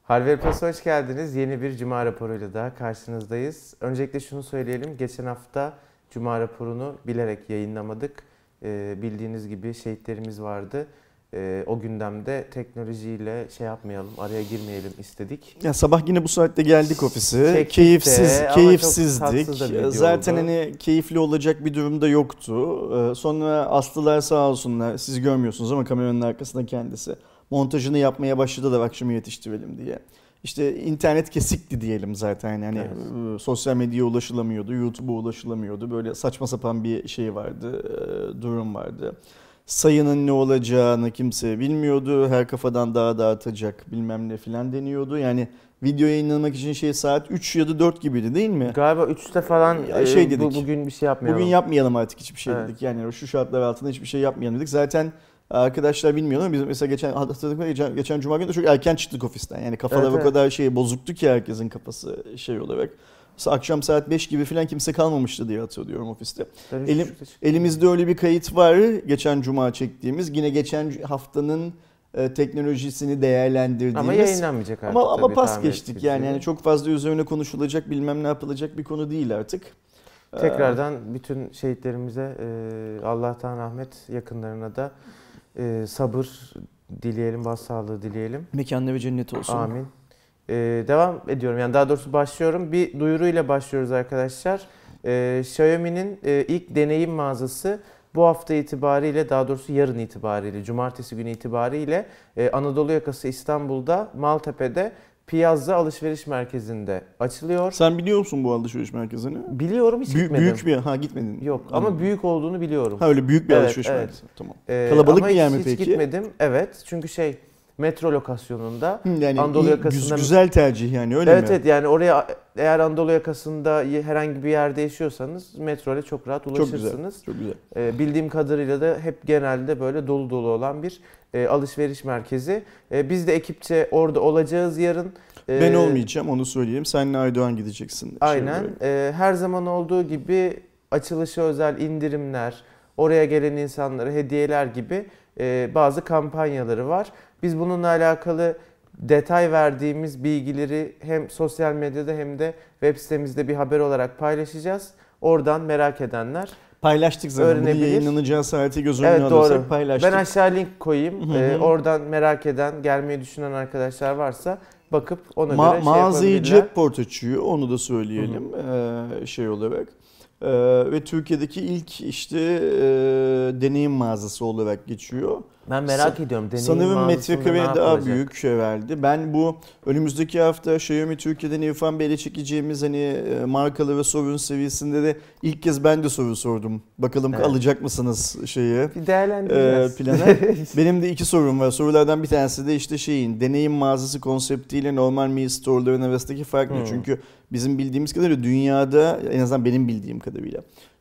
Harvard Plus'a hoş geldiniz. Yeni bir Cuma raporuyla daha karşınızdayız. Öncelikle şunu söyleyelim. Geçen hafta Cuma raporunu bilerek yayınlamadık. Bildiğiniz gibi şehitlerimiz vardı. O gündemde teknolojiyle şey yapmayalım, araya girmeyelim istedik. Ya sabah yine bu saatte geldik ofise. Çektik Keyifsizdik. Zaten oldu. hani keyifli olacak bir durumda yoktu. Sonra Aslılar sağ olsunlar. Siz görmüyorsunuz ama kameranın arkasında kendisi. Montajını yapmaya başladı da akşama yetiştirelim diye. İşte internet kesikti diyelim zaten. Yani evet. Sosyal medyaya ulaşılamıyordu, YouTube'a ulaşılamıyordu. Böyle saçma sapan bir şey vardı, durum vardı. Sayının ne olacağını kimse bilmiyordu. Her kafadan daha dağıtacak bilmem ne filan deniyordu. Yani video yayınlamak için saat 3 ya da 4 gibiydi değil mi? Galiba 3'te falan dedik. Bugün bir şey yapmayalım. Bugün yapmayalım artık hiçbir şey evet. dedik. Yani şu şartlar altında hiçbir şey yapmayalım dedik. Zaten arkadaşlar bilmiyorlar ama biz mesela geçen Cuma günü de çok erken çıktık ofisten. Yani kafalar o kadar bozuktu ki herkesin kafası olarak. Mesela akşam saat 5 gibi falan kimse kalmamıştı diye hatırlıyorum ofiste. Elimizde öyle bir kayıt var. Geçen Cuma çektiğimiz. Yine geçen haftanın teknolojisini değerlendirdiğimiz. Ama yayınlanmayacak artık. Ama pas geçtik yani çok fazla üzerine konuşulacak bilmem ne yapılacak bir konu değil artık. Tekrardan bütün şehitlerimize Allah'tan rahmet, yakınlarına da sabır dileyelim, başsağlığı dileyelim. Mekanları cennet olsun. Amin. Devam ediyorum. Yani daha doğrusu başlıyorum. Bir duyuruyla başlıyoruz arkadaşlar. Xiaomi'nin ilk deneyim mağazası bu hafta itibariyle, daha doğrusu yarın itibariyle, cumartesi günü itibariyle Anadolu Yakası İstanbul'da, Maltepe'de Piazza Alışveriş Merkezi'nde açılıyor. Sen biliyor musun bu alışveriş merkezini? Biliyorum, hiç gitmedim. Büyük bir gitmedin. Yok ama büyük olduğunu biliyorum. Öyle büyük bir alışveriş merkezi. Tamam. Kalabalık bir yer mi peki? Hiç gitmedim. Evet. Çünkü metro lokasyonunda yani Anadolu Yakası'nda güzel tercih yani öyle mi? Evet yani oraya eğer Anadolu Yakası'nda herhangi bir yerde yaşıyorsanız metro ile çok rahat ulaşırsınız. Çok güzel. Bildiğim kadarıyla da hep genelde böyle dolu dolu olan bir alışveriş merkezi. Biz de ekipçe orada olacağız yarın. Ben olmayacağım, onu söyleyeyim. Senle Aydoğan gideceksin. Aynen. Her zaman olduğu gibi açılışa özel indirimler, oraya gelen insanlara hediyeler gibi bazı kampanyaları var. Biz bununla alakalı detay verdiğimiz bilgileri hem sosyal medyada hem de web sitemizde bir haber olarak paylaşacağız. Oradan merak edenler paylaştık zaten. Bunun yayınlanacağı saati göz önüne alırsak paylaştık. Ben aşağı link koyayım. Oradan merak eden, gelmeyi düşünen arkadaşlar varsa bakıp ona göre yapabilirler. Mağazayı Jetport açıyor, onu da söyleyelim olarak. Ve Türkiye'deki ilk deneyim mağazası olarak geçiyor. Ben merak ediyorum. Sanırım metrekare daha büyük herhalde. Ben bu önümüzdeki hafta Xiaomi Türkiye'den İrfan Bey'le çekeceğimiz markalı ve sorun seviyesinde de ilk kez ben de soru sordum. Bakalım alacak mısınız Bir değerlendireceğiz. Plana. Benim de 2 sorum var. Sorulardan bir tanesi de deneyim mağazası konseptiyle normal Mi Store'ların arasındaki fark ne? Çünkü bizim bildiğimiz kadarıyla dünyada, en azından benim bildiğim kadarıyla,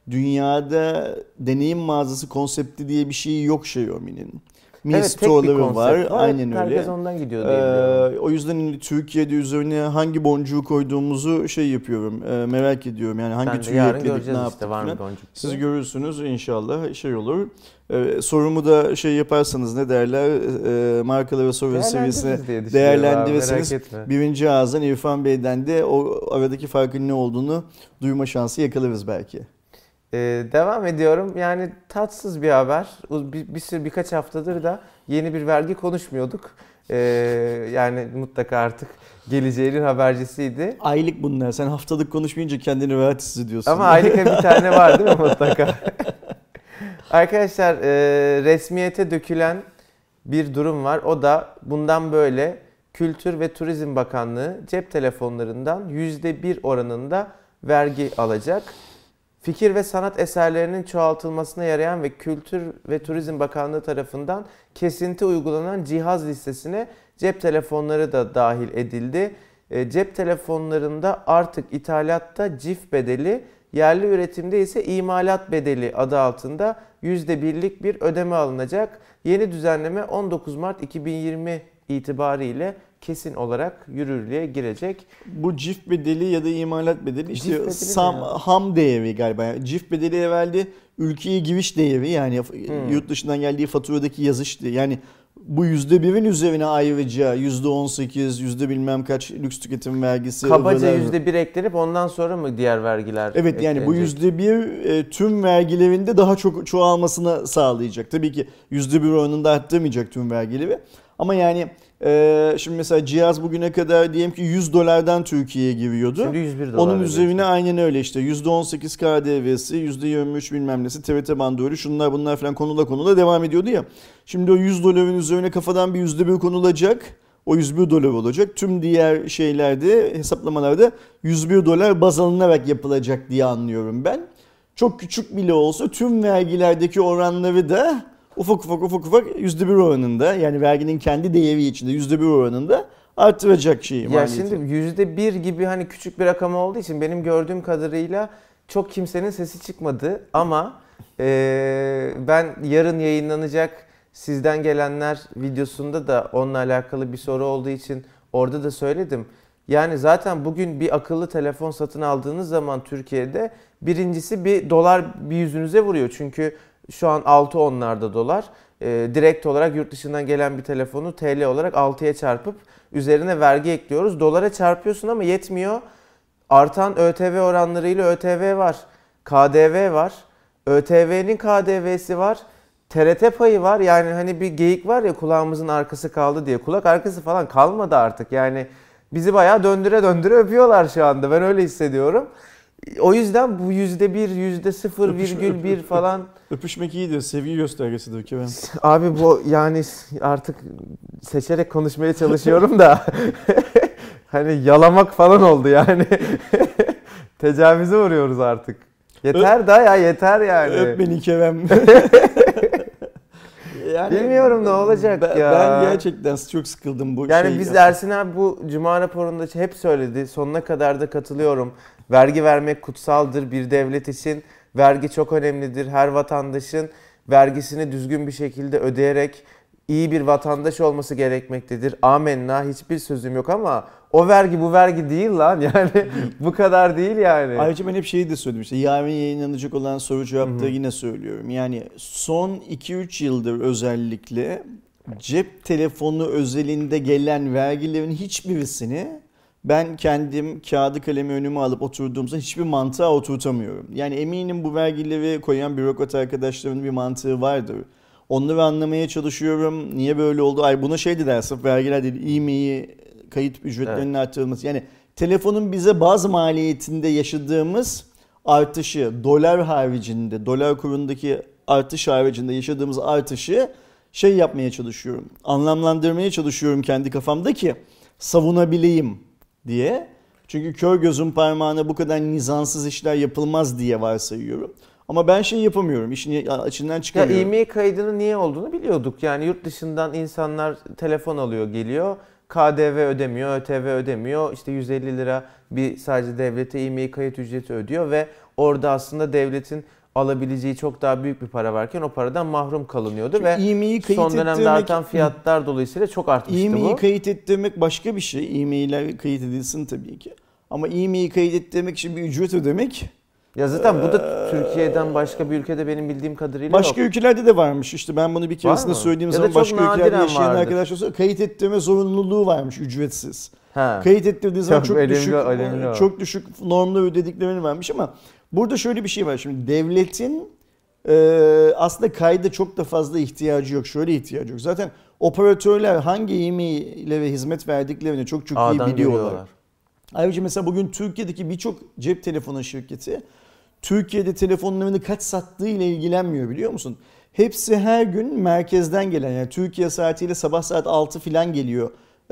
dünyada deneyim mağazası konsepti diye bir şey yok Xiaomi'nin. Mi Store'ları var. Aynen öyle. Herkes ondan gidiyor diye o yüzden Türkiye'de üzerine hangi boncuğu koyduğumuzu yapıyorum. Merak ediyorum. Yani hangi tüyü ekledik, ne yaptık falan. Siz görürsünüz inşallah olur. Sorumu da yaparsanız ne derler, markalı ve sorun seviyesine değerlendirirseniz birinci ağızdan İrfan Bey'den de o aradaki farkın ne olduğunu duyma şansı yakalarız belki. Devam ediyorum. Yani tatsız bir haber. Birkaç haftadır da yeni bir vergi konuşmuyorduk. Yani mutlaka artık geleceğinin habercisiydi. Aylık bunlar. Sen haftalık konuşmayınca kendini rahat hissediyorsun. Ama aylık bir tane var değil mi mutlaka? Arkadaşlar resmiyete dökülen bir durum var. O da bundan böyle Kültür ve Turizm Bakanlığı cep telefonlarından %1 oranında vergi alacak. Fikir ve sanat eserlerinin çoğaltılmasına yarayan ve Kültür ve Turizm Bakanlığı tarafından kesinti uygulanan cihaz listesine cep telefonları da dahil edildi. Cep telefonlarında artık ithalatta cif bedeli, yerli üretimde ise imalat bedeli adı altında %1'lik bir ödeme alınacak. Yeni düzenleme 19 Mart 2020 itibariyle kesin olarak yürürlüğe girecek. Bu cif bedeli ya da imalat bedeli ham değeri galiba. Yani cif bedeli evvelde ülkeye giriş değeri, yani yurt dışından geldiği faturadaki yazış değeri. Yani bu %1'in üzerine ayrıca %18, yüzde bilmem kaç lüks tüketim vergisi. Kabaca %1 eklenip ondan sonra mı diğer vergiler Evet, yani bu %1 tüm vergilerinde daha çok çoğalmasını sağlayacak. Tabii ki %1 oranında arttırmayacak tüm vergileri. Ama yani şimdi mesela cihaz bugüne kadar diyelim ki $100'dan Türkiye'ye giriyordu. Şimdi $101. Onun üzerine aynen öyle işte %18 KDV'si, %23 bilmem nesi, TRT bandrolü, şunlar bunlar falan konula devam ediyordu ya. Şimdi o $100'ın üzerine kafadan bir %1 konulacak. O $101 olacak. Tüm diğer şeylerde, hesaplamalarda $101 baz alınarak yapılacak diye anlıyorum ben. Çok küçük bile olsa tüm vergilerdeki oranları da ufak %1 oranında, yani verginin kendi değeri içinde %1 oranında artıracak şeyi. Ya maliyeti. şimdi %1 gibi hani küçük bir rakam olduğu için benim gördüğüm kadarıyla çok kimsenin sesi çıkmadı. Ama ben yarın yayınlanacak Sizden Gelenler videosunda da onunla alakalı bir soru olduğu için orada da söyledim. Yani zaten bugün bir akıllı telefon satın aldığınız zaman Türkiye'de birincisi bir dolar bir yüzünüze vuruyor. Çünkü şu an 6.10'larda dolar. Direkt olarak yurt dışından gelen bir telefonu TL olarak 6'ya çarpıp üzerine vergi ekliyoruz. Dolara çarpıyorsun ama yetmiyor. Artan ÖTV oranlarıyla ÖTV var. KDV var. ÖTV'nin KDV'si var. TRT payı var. Yani hani bir geyik var ya, kulağımızın arkası kaldı diye. Kulak arkası falan kalmadı artık. Yani bizi bayağı döndüre döndüre öpüyorlar şu anda. Ben öyle hissediyorum. O yüzden bu %1, %0,1 falan. Öpüşmek iyidir, seviye göstergesidir ki ben. Abi bu yani artık seçerek konuşmaya çalışıyorum da hani yalamak falan oldu yani. Tecavüze uğruyoruz artık. Yeter da ya, yeter yani. Öp beni Kerem. Yani bilmiyorum ne olacak ya. Ben gerçekten çok sıkıldım bu yani biz yaptım. Ersin abi bu Cuma raporunda hep söyledi. Sonuna kadar da katılıyorum. Vergi vermek kutsaldır bir devlet için. Vergi çok önemlidir. Her vatandaşın vergisini düzgün bir şekilde ödeyerek iyi bir vatandaş olması gerekmektedir. Amenna, hiçbir sözüm yok ama o vergi bu vergi değil lan. Yani bu kadar değil yani. Ayrıca ben hep şeyi de söyledim işte, yarın yayınlanacak olan soru cevapta yine söylüyorum. Yani son 2-3 yıldır özellikle cep telefonu özelinde gelen vergilerin hiçbirisini ben kendim kağıdı kalemi önüme alıp oturduğumda hiçbir mantığa oturtamıyorum. Yani eminim bu vergileri koyan bürokrat arkadaşlarımın bir mantığı vardır. Onları anlamaya çalışıyorum. Niye böyle oldu? Ay buna şey de dersin, vergiler değil, IMEI kayıt ücretlerinin arttırılması. Yani telefonun bize baz maliyetinde yaşadığımız artışı, dolar haricinde, dolar kurundaki artış haricinde yaşadığımız artışı şey yapmaya çalışıyorum. Anlamlandırmaya çalışıyorum kendi kafamda ki savunabileyim diye. Çünkü kör gözün parmağına bu kadar nizansız işler yapılmaz diye varsayıyorum. Ama ben şey yapamıyorum, işin içinden çıkamıyorum. Ya IMEI kaydının niye olduğunu biliyorduk. Yani yurt dışından insanlar telefon alıyor, geliyor. KDV ödemiyor, ÖTV ödemiyor. İşte 150 lira bir sadece devlete IMEI kayıt ücreti ödüyor ve orada aslında devletin alabileceği çok daha büyük bir para varken o paradan mahrum kalınıyordu. Çünkü ve son dönemde artan fiyatlar dolayısıyla çok artmıştı bu. IMEI kayıt ettirmek başka bir şey. IMEI'ler kayıt edilsin tabii ki. Ama IMEI kayıt ettirmek için bir ücret ödemek. Ya zaten bu da Türkiye'den başka bir ülkede benim bildiğim kadarıyla başka yok. ülkelerde de varmış. İşte ben bunu bir keresinde söylediğim zaman başka ülkelerde yaşayan arkadaşlar kayıt ettirme zorunluluğu varmış ücretsiz. Ha. Kayıt ettirdiği zaman çok önemli düşük normda ödediklerini vermiş ama burada şöyle bir şey var. Şimdi devletin aslında kayda çok da fazla ihtiyacı yok. Şöyle ihtiyacı yok. Zaten operatörler hangi IMEI'lere hizmet verdiklerini çok iyi biliyorlar. Ayrıca mesela bugün Türkiye'deki birçok cep telefonu şirketi Türkiye'de telefonlarını kaç sattığı ile ilgilenmiyor, biliyor musun? Hepsi her gün merkezden gelen, yani Türkiye saatiyle sabah saat 6 falan geliyor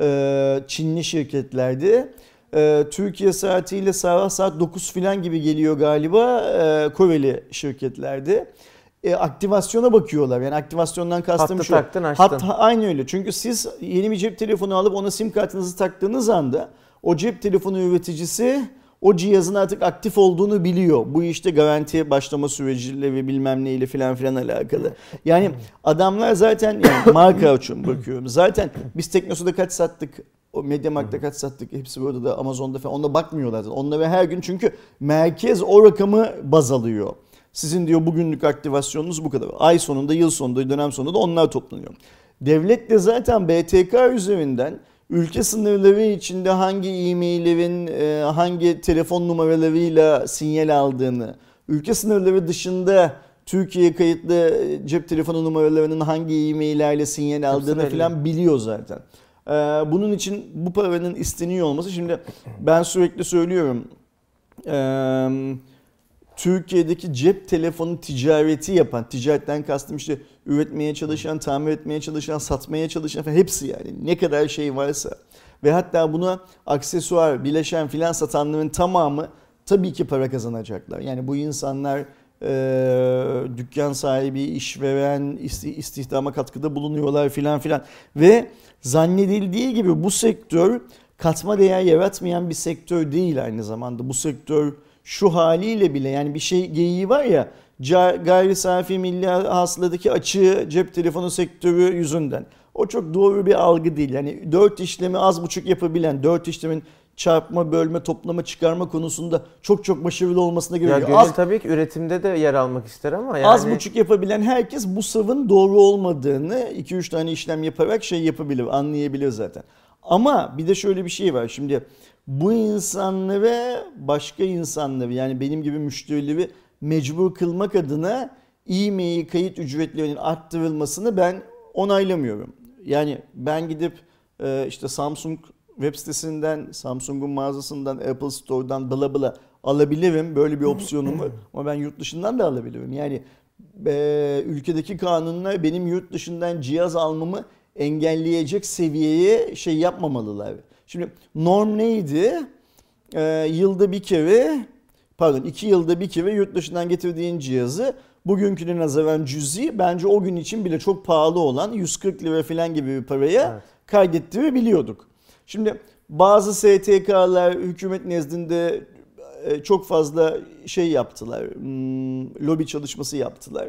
Çinli şirketlerde. Türkiye saatiyle sabah saat 9 falan gibi geliyor galiba Koreli şirketlerde. Aktivasyona bakıyorlar. Yani aktivasyondan kastım hattı şu. Taktın, açtın. Aynı öyle. Çünkü siz yeni bir cep telefonu alıp ona sim kartınızı taktığınız anda o cep telefonu üreticisi o cihazın artık aktif olduğunu biliyor. Bu işte garanti başlama süreciyle ve bilmem neyle filan alakalı. Yani adamlar zaten, yani marka için bakıyorum. Zaten biz Teknosa'da kaç sattık, o MediaMarkt'ta kaç sattık, hepsi burada da Amazon'da falan, ona bakmıyorlar. Onlara her gün, çünkü merkez o rakamı baz alıyor. Sizin diyor bugünlük aktivasyonunuz bu kadar. Ay sonunda, yıl sonunda, dönem sonunda da onlar toplanıyor. Devlet de zaten BTK üzerinden ülke sınırları içinde hangi e-maillerin hangi telefon numaralarıyla sinyal aldığını, ülke sınırları dışında Türkiye'ye kayıtlı cep telefonu numaralarının hangi e-maillerle sinyal aldığını falan biliyor zaten. Bunun için bu paranın isteniyor olması, şimdi ben sürekli söylüyorum, Türkiye'deki cep telefonu ticareti yapan, ticaretten kastım işte üretmeye çalışan, tamir etmeye çalışan, satmaya çalışan falan, hepsi yani ne kadar şey varsa ve hatta buna aksesuar, bileşen filan satanların tamamı tabii ki para kazanacaklar. Yani bu insanlar dükkan sahibi, işveren, istihdama katkıda bulunuyorlar filan filan ve zannedildiği gibi bu sektör katma değer yaratmayan bir sektör değil aynı zamanda. Bu sektör şu haliyle bile, yani bir şey geyiği var ya, gayri safi milli hasıladaki açığı cep telefonu sektörü yüzünden. O çok doğru bir algı değil. Yani 4 işlemi az buçuk yapabilen, 4 işlemin çarpma, bölme, toplama, çıkarma konusunda çok çok başarılı olmasına Ya gerekiyor. gönül tabii ki üretimde de yer almak ister ama yani... Az buçuk yapabilen herkes bu savın doğru olmadığını 2-3 tane işlem yaparak şey yapabilir, anlayabilir zaten. Ama bir de şöyle bir şey var. Şimdi bu insanları, başka insanları, yani benim gibi müşterileri mecbur kılmak adına e-mail kayıt ücretlerinin arttırılmasını ben onaylamıyorum. Yani ben gidip işte Samsung web sitesinden, Samsung'un mağazasından, Apple Store'dan bla bla alabilirim. Böyle bir opsiyonum var. Ama ben yurt dışından da alabilirim. Yani ülkedeki kanunlar benim yurt dışından cihaz almamı engelleyecek seviyeye şey yapmamalılar. Şimdi norm neydi? Yılda bir kere, pardon 2 yılda bir kere yurt dışından getirdiğin cihazı bugünküne nazaran cüzi, bence o gün için bile çok pahalı olan 140 lira falan gibi bir paraya kaydettirebiliyorduk. Şimdi bazı STK'lar hükümet nezdinde çok fazla şey yaptılar, lobi çalışması yaptılar.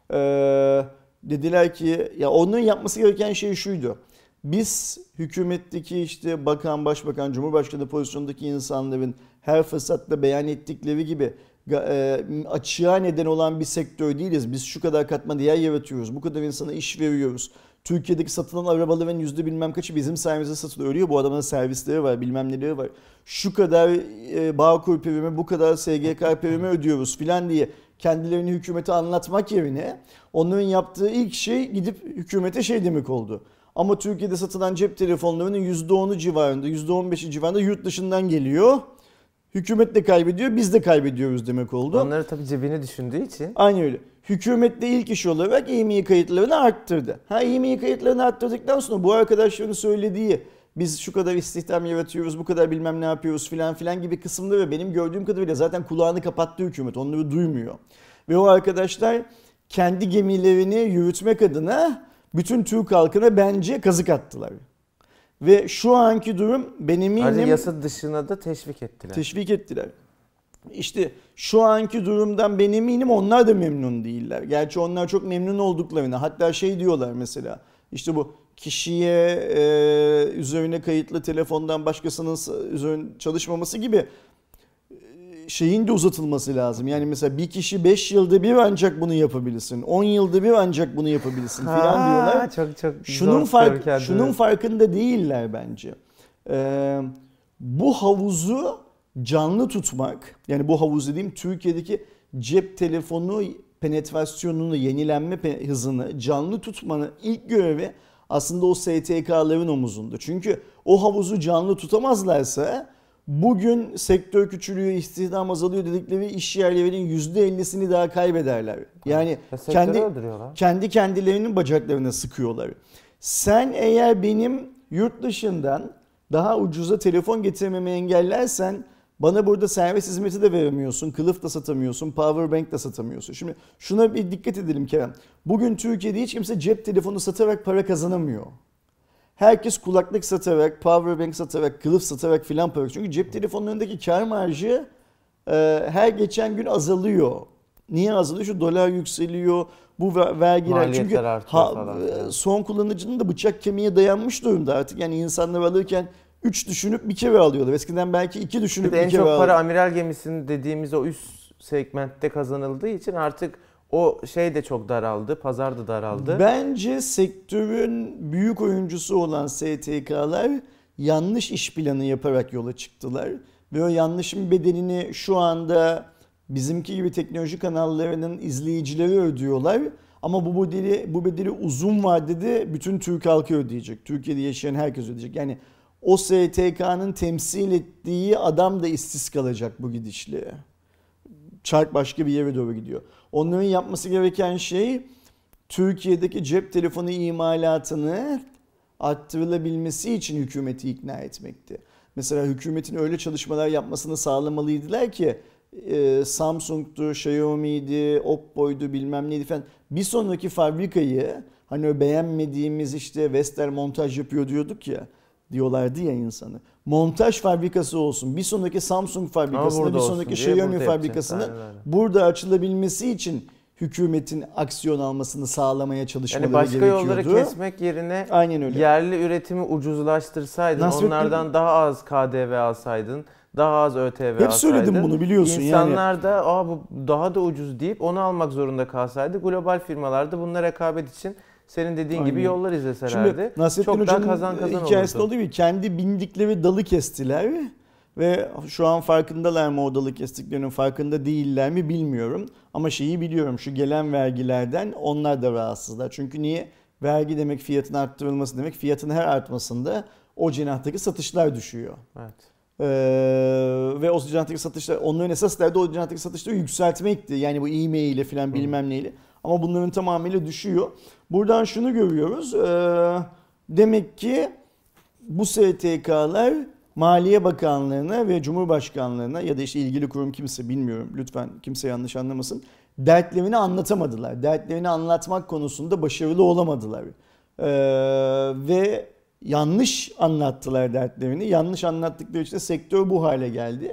Dediler ki ya onların yapması gereken şey şuydu. Biz hükümetteki işte bakan, başbakan, cumhurbaşkanı pozisyondaki insanların her fırsatta beyan ettikleri gibi açığa neden olan bir sektör değiliz. Biz şu kadar katma değer yaratıyoruz, bu kadar insana iş veriyoruz. Türkiye'deki satılan arabaların yüzde bilmem kaçı bizim sayemizde satılıyor. Öyle ya, bu adamların servisleri var, bilmem neleri var. Şu kadar Bağkur primi, bu kadar SGK primi ödüyoruz filan diye kendilerini hükümete anlatmak yerine onların yaptığı ilk şey gidip hükümete şey demek oldu. Ama Türkiye'de satılan cep telefonlarının %10'u civarında, %15'i civarında yurt dışından geliyor. Hükümet de kaybediyor, biz de kaybediyoruz demek oldu. Onları tabii cebini düşündüğü için. Aynen öyle. Hükümet de ilk iş olarak e-mail kayıtlarını arttırdı. E-mail kayıtlarını arttırdıktan sonra bu arkadaşların söylediği biz şu kadar istihdam yaratıyoruz, bu kadar bilmem ne yapıyoruz filan filan gibi kısımları benim gördüğüm kadarıyla zaten kulağını kapattı hükümet. Onları duymuyor. Ve o arkadaşlar kendi gemilerini yürütmek adına bütün Türk halkına bence kazık attılar. Ve şu anki durum ben eminim... Ayrıca yasa dışına da teşvik ettiler. Teşvik ettiler. İşte şu anki durumdan ben eminim onlar da memnun değiller. Gerçi onlar çok memnun olduklarını, hatta şey diyorlar mesela, işte bu kişiye üzerine kayıtlı telefondan başkasının üzerine çalışmaması gibi şeyin de uzatılması lazım. Yani mesela bir kişi 5 yılda bir ancak bunu yapabilirsin. 10 yılda bir ancak bunu yapabilirsin filan diyorlar. Çok şunun farkında değiller bence. Bu havuzu canlı tutmak, yani bu havuz dediğim Türkiye'deki cep telefonu penetrasyonunu, yenilenme hızını canlı tutmanın ilk görevi aslında o STK'ların omuzunda. Çünkü o havuzu canlı tutamazlarsa bugün sektör küçülüyor, istihdam azalıyor dedikleri iş yerlerinin %50'sini daha kaybederler. Yani kendi kendilerinin bacaklarına sıkıyorlar. Sen eğer benim yurt dışından daha ucuza telefon getirmemi engellersen bana burada servis hizmeti de veremiyorsun, kılıf da satamıyorsun, power bank de satamıyorsun. Şimdi şuna bir dikkat edelim Kerem. Bugün Türkiye'de hiç kimse cep telefonu satarak para kazanamıyor. Herkes kulaklık satarak, power bank satarak, kılıf satarak filan para. Çünkü cep telefonlarındaki kar marjı her geçen gün azalıyor. Niye azalıyor? Şu dolar yükseliyor, bu vergiler. Maliyetler çünkü artıyor falan. Son kullanıcının da bıçak kemiğe dayanmış durumda artık. Yani insanlar alırken 3 düşünüp bir kere alıyorlar. Eskiden belki 2 düşünüp bir kere alıyorlar. En çok para amiral gemisinin dediğimiz o üst segmentte kazanıldığı için artık O şey de çok daraldı, pazar da daraldı. Bence sektörün büyük oyuncusu olan STK'lar yanlış iş planı yaparak yola çıktılar. Ve o yanlışın bedelini şu anda bizimki gibi teknoloji kanallarının izleyicileri ödüyorlar. Ama bu bedeli uzun vadede bütün Türk halkı ödeyecek. Türkiye'de yaşayan herkes ödeyecek. Yani o STK'nın temsil ettiği adam da işsiz kalacak bu gidişle. Çark başka bir yere doğru gidiyor. Onların yapması gereken şey Türkiye'deki cep telefonu imalatını arttırılabilmesi için hükümeti ikna etmekti. Mesela hükümetin öyle çalışmalar yapmasını sağlamalıydılar ki Samsung'du, Xiaomi'ydi, Oppo'ydu bilmem neydi falan. Bir sonraki fabrikayı hani beğenmediğimiz işte Vestel montaj yapıyor diyorduk ya. Diyorlardı ya insanı. Montaj fabrikası olsun. Bir sonraki Samsung fabrikasını, bir sonraki Xiaomi fabrikasını burada açılabilmesi için hükümetin aksiyon almasını sağlamaya çalışmaları gerekiyordu. Yani başka yolları kesmek yerine yerli üretimi ucuzlaştırsaydın, onlardan daha az KDV alsaydın, daha az ÖTV alsaydın. Hep söyledim bunu biliyorsun. İnsanlar da bu daha da ucuz deyip onu almak zorunda kalsaydı, global firmalar da bununla rekabet için senin dediğin gibi yollar izleselerdi. Şimdi çok daha kazan hikayesinde olurdu. olduğu gibi kendi bindikleri dalı kestiler ve şu an farkındalar mı o dalı kestiklerinin, farkında değiller mi bilmiyorum. Ama şeyi biliyorum, şu gelen vergilerden onlar da rahatsızlar. Çünkü niye? Vergi demek fiyatın arttırılması demek. Fiyatın her artmasında o cenahtaki satışlar düşüyor. Evet. Ve o cenahtaki satışlar, onların esas derdi o cenahtaki satışları yükseltmekti. Yani bu e-mail ile falan bilmem neyle. Ama bunların tamamıyla düşüyor. Buradan şunu görüyoruz. Demek ki bu STK'lar Maliye Bakanlığı'na ve Cumhurbaşkanlığı'na ya da işte ilgili kurum kimse bilmiyorum. Lütfen kimse yanlış anlamasın. Dertlerini anlatamadılar. Dertlerini anlatmak konusunda başarılı olamadılar. Ve yanlış anlattılar dertlerini. Yanlış anlattıkları için de sektör bu hale geldi.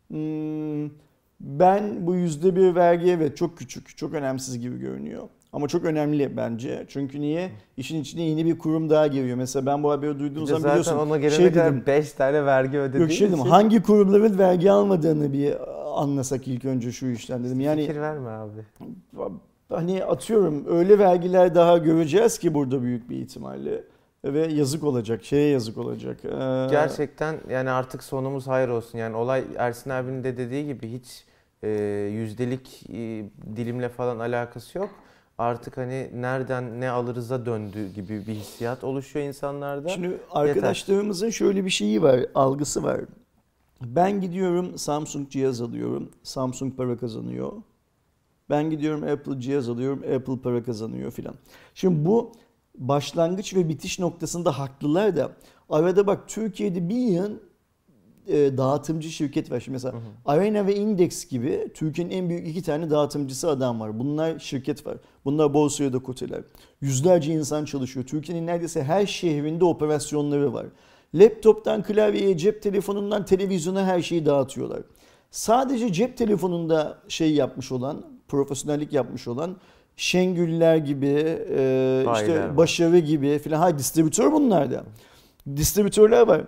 Ben bu %1 vergi evet çok küçük, çok önemsiz gibi görünüyor. Ama çok önemli bence. Çünkü niye? İşin içine yeni bir kurum daha giriyor. Mesela ben bu haberi duyduğum zaman biliyorsun. Zaten ona gelene kadar 5 tane vergi ödediği için. Hangi kurumların vergi almadığını bir anlasak ilk önce şu işten dedim. Yani fikir verme abi. Hani atıyorum öyle vergiler daha göreceğiz ki burada büyük bir ihtimalle. Ve yazık olacak, yazık olacak. Gerçekten yani artık sonumuz hayır olsun. Yani olay Ersin abinin de dediği gibi hiç yüzdelik dilimle falan alakası yok. Artık hani nereden ne alırıza döndü gibi bir hissiyat oluşuyor insanlarda. Şimdi arkadaşlarımızın şöyle bir şeyi var, algısı var. Ben gidiyorum Samsung cihaz alıyorum, Samsung para kazanıyor. Ben gidiyorum Apple cihaz alıyorum, Apple para kazanıyor filan. Şimdi bu başlangıç ve bitiş noktasında haklılar da arada bak Türkiye'de bir yığın dağıtımcı şirket var. Şimdi mesela Arena ve Index gibi Türkiye'nin en büyük 2 tane dağıtımcısı adam var. Bunlar şirket var. Bunlar borsaya da koteler. Yüzlerce insan çalışıyor. Türkiye'nin neredeyse her şehrinde operasyonları var. Laptoptan klavyeye, cep telefonundan televizyona her şeyi dağıtıyorlar. Sadece cep telefonunda yapmış olan, profesyonellik yapmış olan Şengüller gibi, işte Başarı gibi filan. Distribütör bunlar da. Distribütörler var.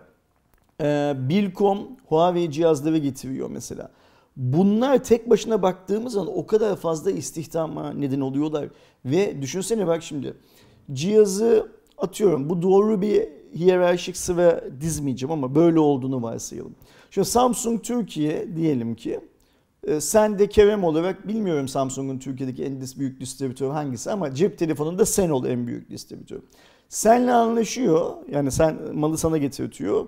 Bilkom Huawei cihazları getiriyor mesela. Bunlar tek başına baktığımız zaman o kadar fazla istihdama neden oluyorlar. Ve düşünsene bak şimdi cihazı atıyorum, bu doğru bir hiyerarşik sıra dizmeyeceğim ama böyle olduğunu varsayalım. Şimdi Samsung Türkiye diyelim ki sen de Kerem olarak, bilmiyorum Samsung'un Türkiye'deki en büyük distribütörü hangisi ama cep telefonunda sen ol en büyük distribütör. Seninle anlaşıyor, yani malı sana getirtiyor.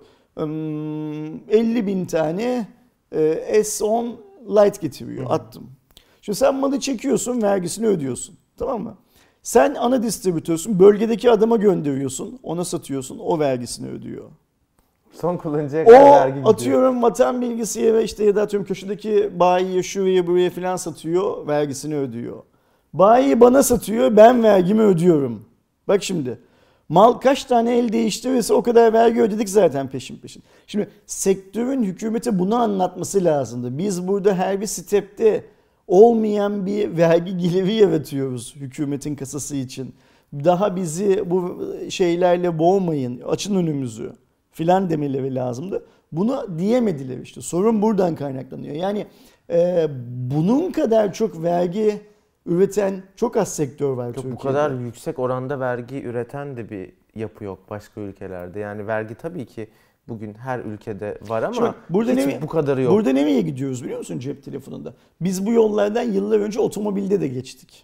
50.000 tane S10 Lite getiriyor. Attım. Şimdi sen malı çekiyorsun, vergisini ödüyorsun. Tamam mı? Sen ana distribütörsün, bölgedeki adama gönderiyorsun, ona satıyorsun, o vergisini ödüyor. Son kullanıcıya kadar vergi gidiyor. Atıyorum Vatan Bilgisayar'a işte ya da atıyorum köşedeki bayiye şuraya buraya filan satıyor, vergisini ödüyor. Bayi bana satıyor, ben vergimi ödüyorum. Bak şimdi. Mal kaç tane el değiştirirse o kadar vergi ödedik zaten peşin peşin. Şimdi sektörün hükümete bunu anlatması lazımdı. Biz burada her bir stepte olmayan bir vergi geliri yaratıyoruz hükümetin kasası için. Daha bizi bu şeylerle boğmayın, açın önümüzü filan demeleri lazımdı. Bunu diyemediler işte. Sorun buradan kaynaklanıyor. Yani bunun kadar çok vergi üreten çok az sektör var Yok, Türkiye'de. bu kadar yüksek oranda vergi üreten de bir yapı yok başka ülkelerde. Yani vergi tabii ki bugün her ülkede var ama Şimdi burada hiç bu kadarı yok. Burada nereye gidiyoruz biliyor musun cep telefonunda? Biz bu yollardan yıllar önce otomobilde de geçtik.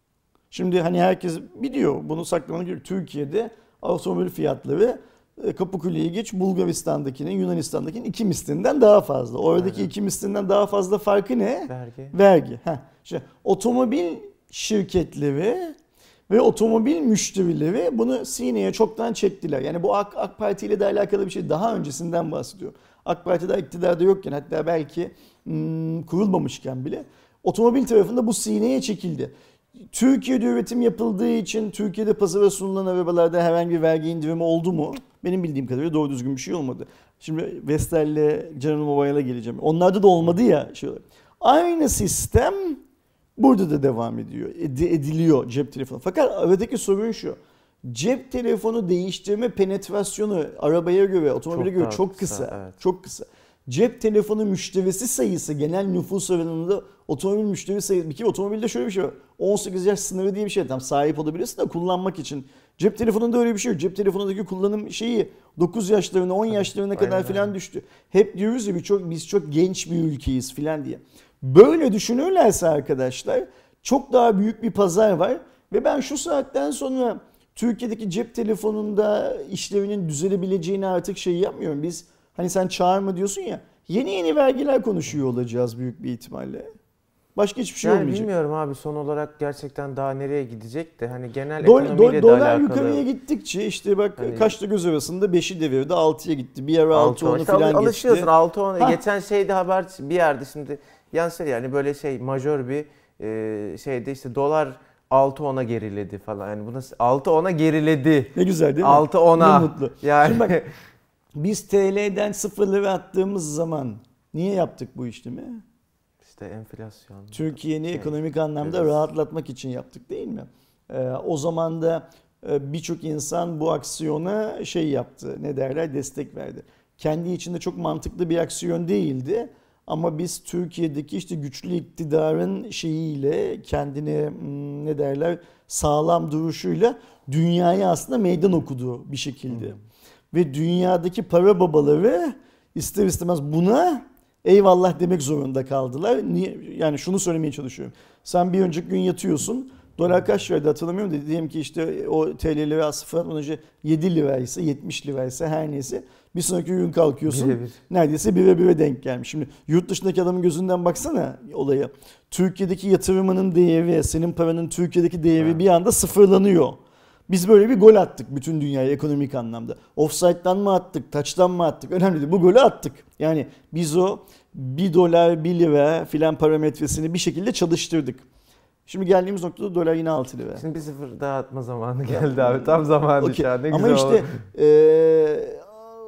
Şimdi hani herkes biliyor, bunu saklamanı gerekiyor. Türkiye'de otomobil fiyatları Kapıkule'ye geç Bulgaristan'dakinin, Yunanistan'dakinin 2 mislinden daha fazla. Oradaki Aynen. 2 mislinden daha fazla farkı ne? Vergi. Vergi. İşte otomobil şirketleri ve otomobil müşterileri bunu sineye çoktan çektiler. Yani bu AK Parti ile de alakalı bir şey, daha öncesinden bahsediyor. AK Parti de iktidarda yokken, hatta belki kurulmamışken bile otomobil tarafında bu sineye çekildi. Türkiye'de üretim yapıldığı için Türkiye'de pazara sunulan arabalarda herhangi bir vergi indirimi oldu mu? Benim bildiğim kadarıyla doğru düzgün bir şey olmadı. Şimdi Vestel'le General Mobile'a geleceğim. Onlarda da olmadı ya. Aynı sistem burada da devam ediyor. Ediliyor cep telefonu. Fakat aradaki sorun şu. Cep telefonu değiştirme penetrasyonu arabaya göre, otomobile göre çok kısa. Evet. Çok kısa. Cep telefonu müşterisi sayısı genel nüfus oranında otomobil müşteri sayısı. Bir kere otomobilde şöyle bir şey var. 18 yaş sınırı diye bir şey. Tam sahip olabilirsin de kullanmak için. Cep telefonunda öyle bir şey yok. Cep telefonundaki kullanım şeyi 9 yaşlarına 10 yaşlarına kadar filan düştü. Hep diyoruz ya biz çok genç bir ülkeyiz filan diye. Böyle düşünürlerse arkadaşlar çok daha büyük bir pazar var. Ve ben şu saatten sonra Türkiye'deki cep telefonunda işlevinin düzelebileceğini artık şey yapmıyorum. Biz hani sen çağırma diyorsun ya, yeni vergiler konuşuyor olacağız büyük bir ihtimalle. Başka hiçbir şey olmayacak. Bilmiyorum abi, son olarak gerçekten daha nereye gidecek de hani genel ekonomiyle de dolar alakalı. yukarıya gittikçe işte bak hani, kaçta göz arasında 5'i devirdi, 6'ya gitti. Bir ara 6-10'u işte falan alışıyorsun geçti. 6-10'a. Geçen şeyde haber bir yerde şimdi yani böyle majör bir şeyde işte dolar 6-10'a geriledi falan. Yani bu nasıl 6-10'a geriledi. Ne güzel değil mi? 6-10'a. Ne mutlu. Yani Şimdi bak biz TL'den sıfırları attığımız zaman niye yaptık bu işlemi? İşte enflasyon. Türkiye'yi ekonomik anlamda evet, rahatlatmak için yaptık değil mi? O zaman da birçok insan bu aksiyona şey yaptı, ne derler, destek verdi. Kendi içinde çok mantıklı bir aksiyon değildi. Ama biz Türkiye'deki işte güçlü iktidarın şeyiyle, kendine ne derler, sağlam duruşuyla dünyaya aslında meydan okudu bir şekilde. Ve dünyadaki para babaları ister istemez buna eyvallah demek zorunda kaldılar. Niye? Yani şunu söylemeye çalışıyorum. Sen bir önceki gün yatıyorsun. Dolar kaç liraydı hatırlamıyorum da diyelim ki işte o TL'leri sıfır atmadan önce 7 liraysa 70 liraysa her neyse bir sonraki gün kalkıyorsun. Birebir. Neredeyse bire denk gelmiş. Şimdi yurt dışındaki adamın gözünden baksana olaya. Türkiye'deki yatırımının değeri, senin paranın Türkiye'deki değeri bir anda sıfırlanıyor. Biz böyle bir gol attık bütün dünyaya ekonomik anlamda. Offside'dan mı attık, touch'tan mı attık? Önemli değil. Bu golü attık. Yani biz o 1 dolar 1 lira filan parametresini bir şekilde çalıştırdık. Şimdi geldiğimiz noktada dolar yine 6 lira. Şimdi bir sıfır daha atma zamanı geldi abi. Tam zamanı Okay. şu an. Ne ama güzel işte oldu.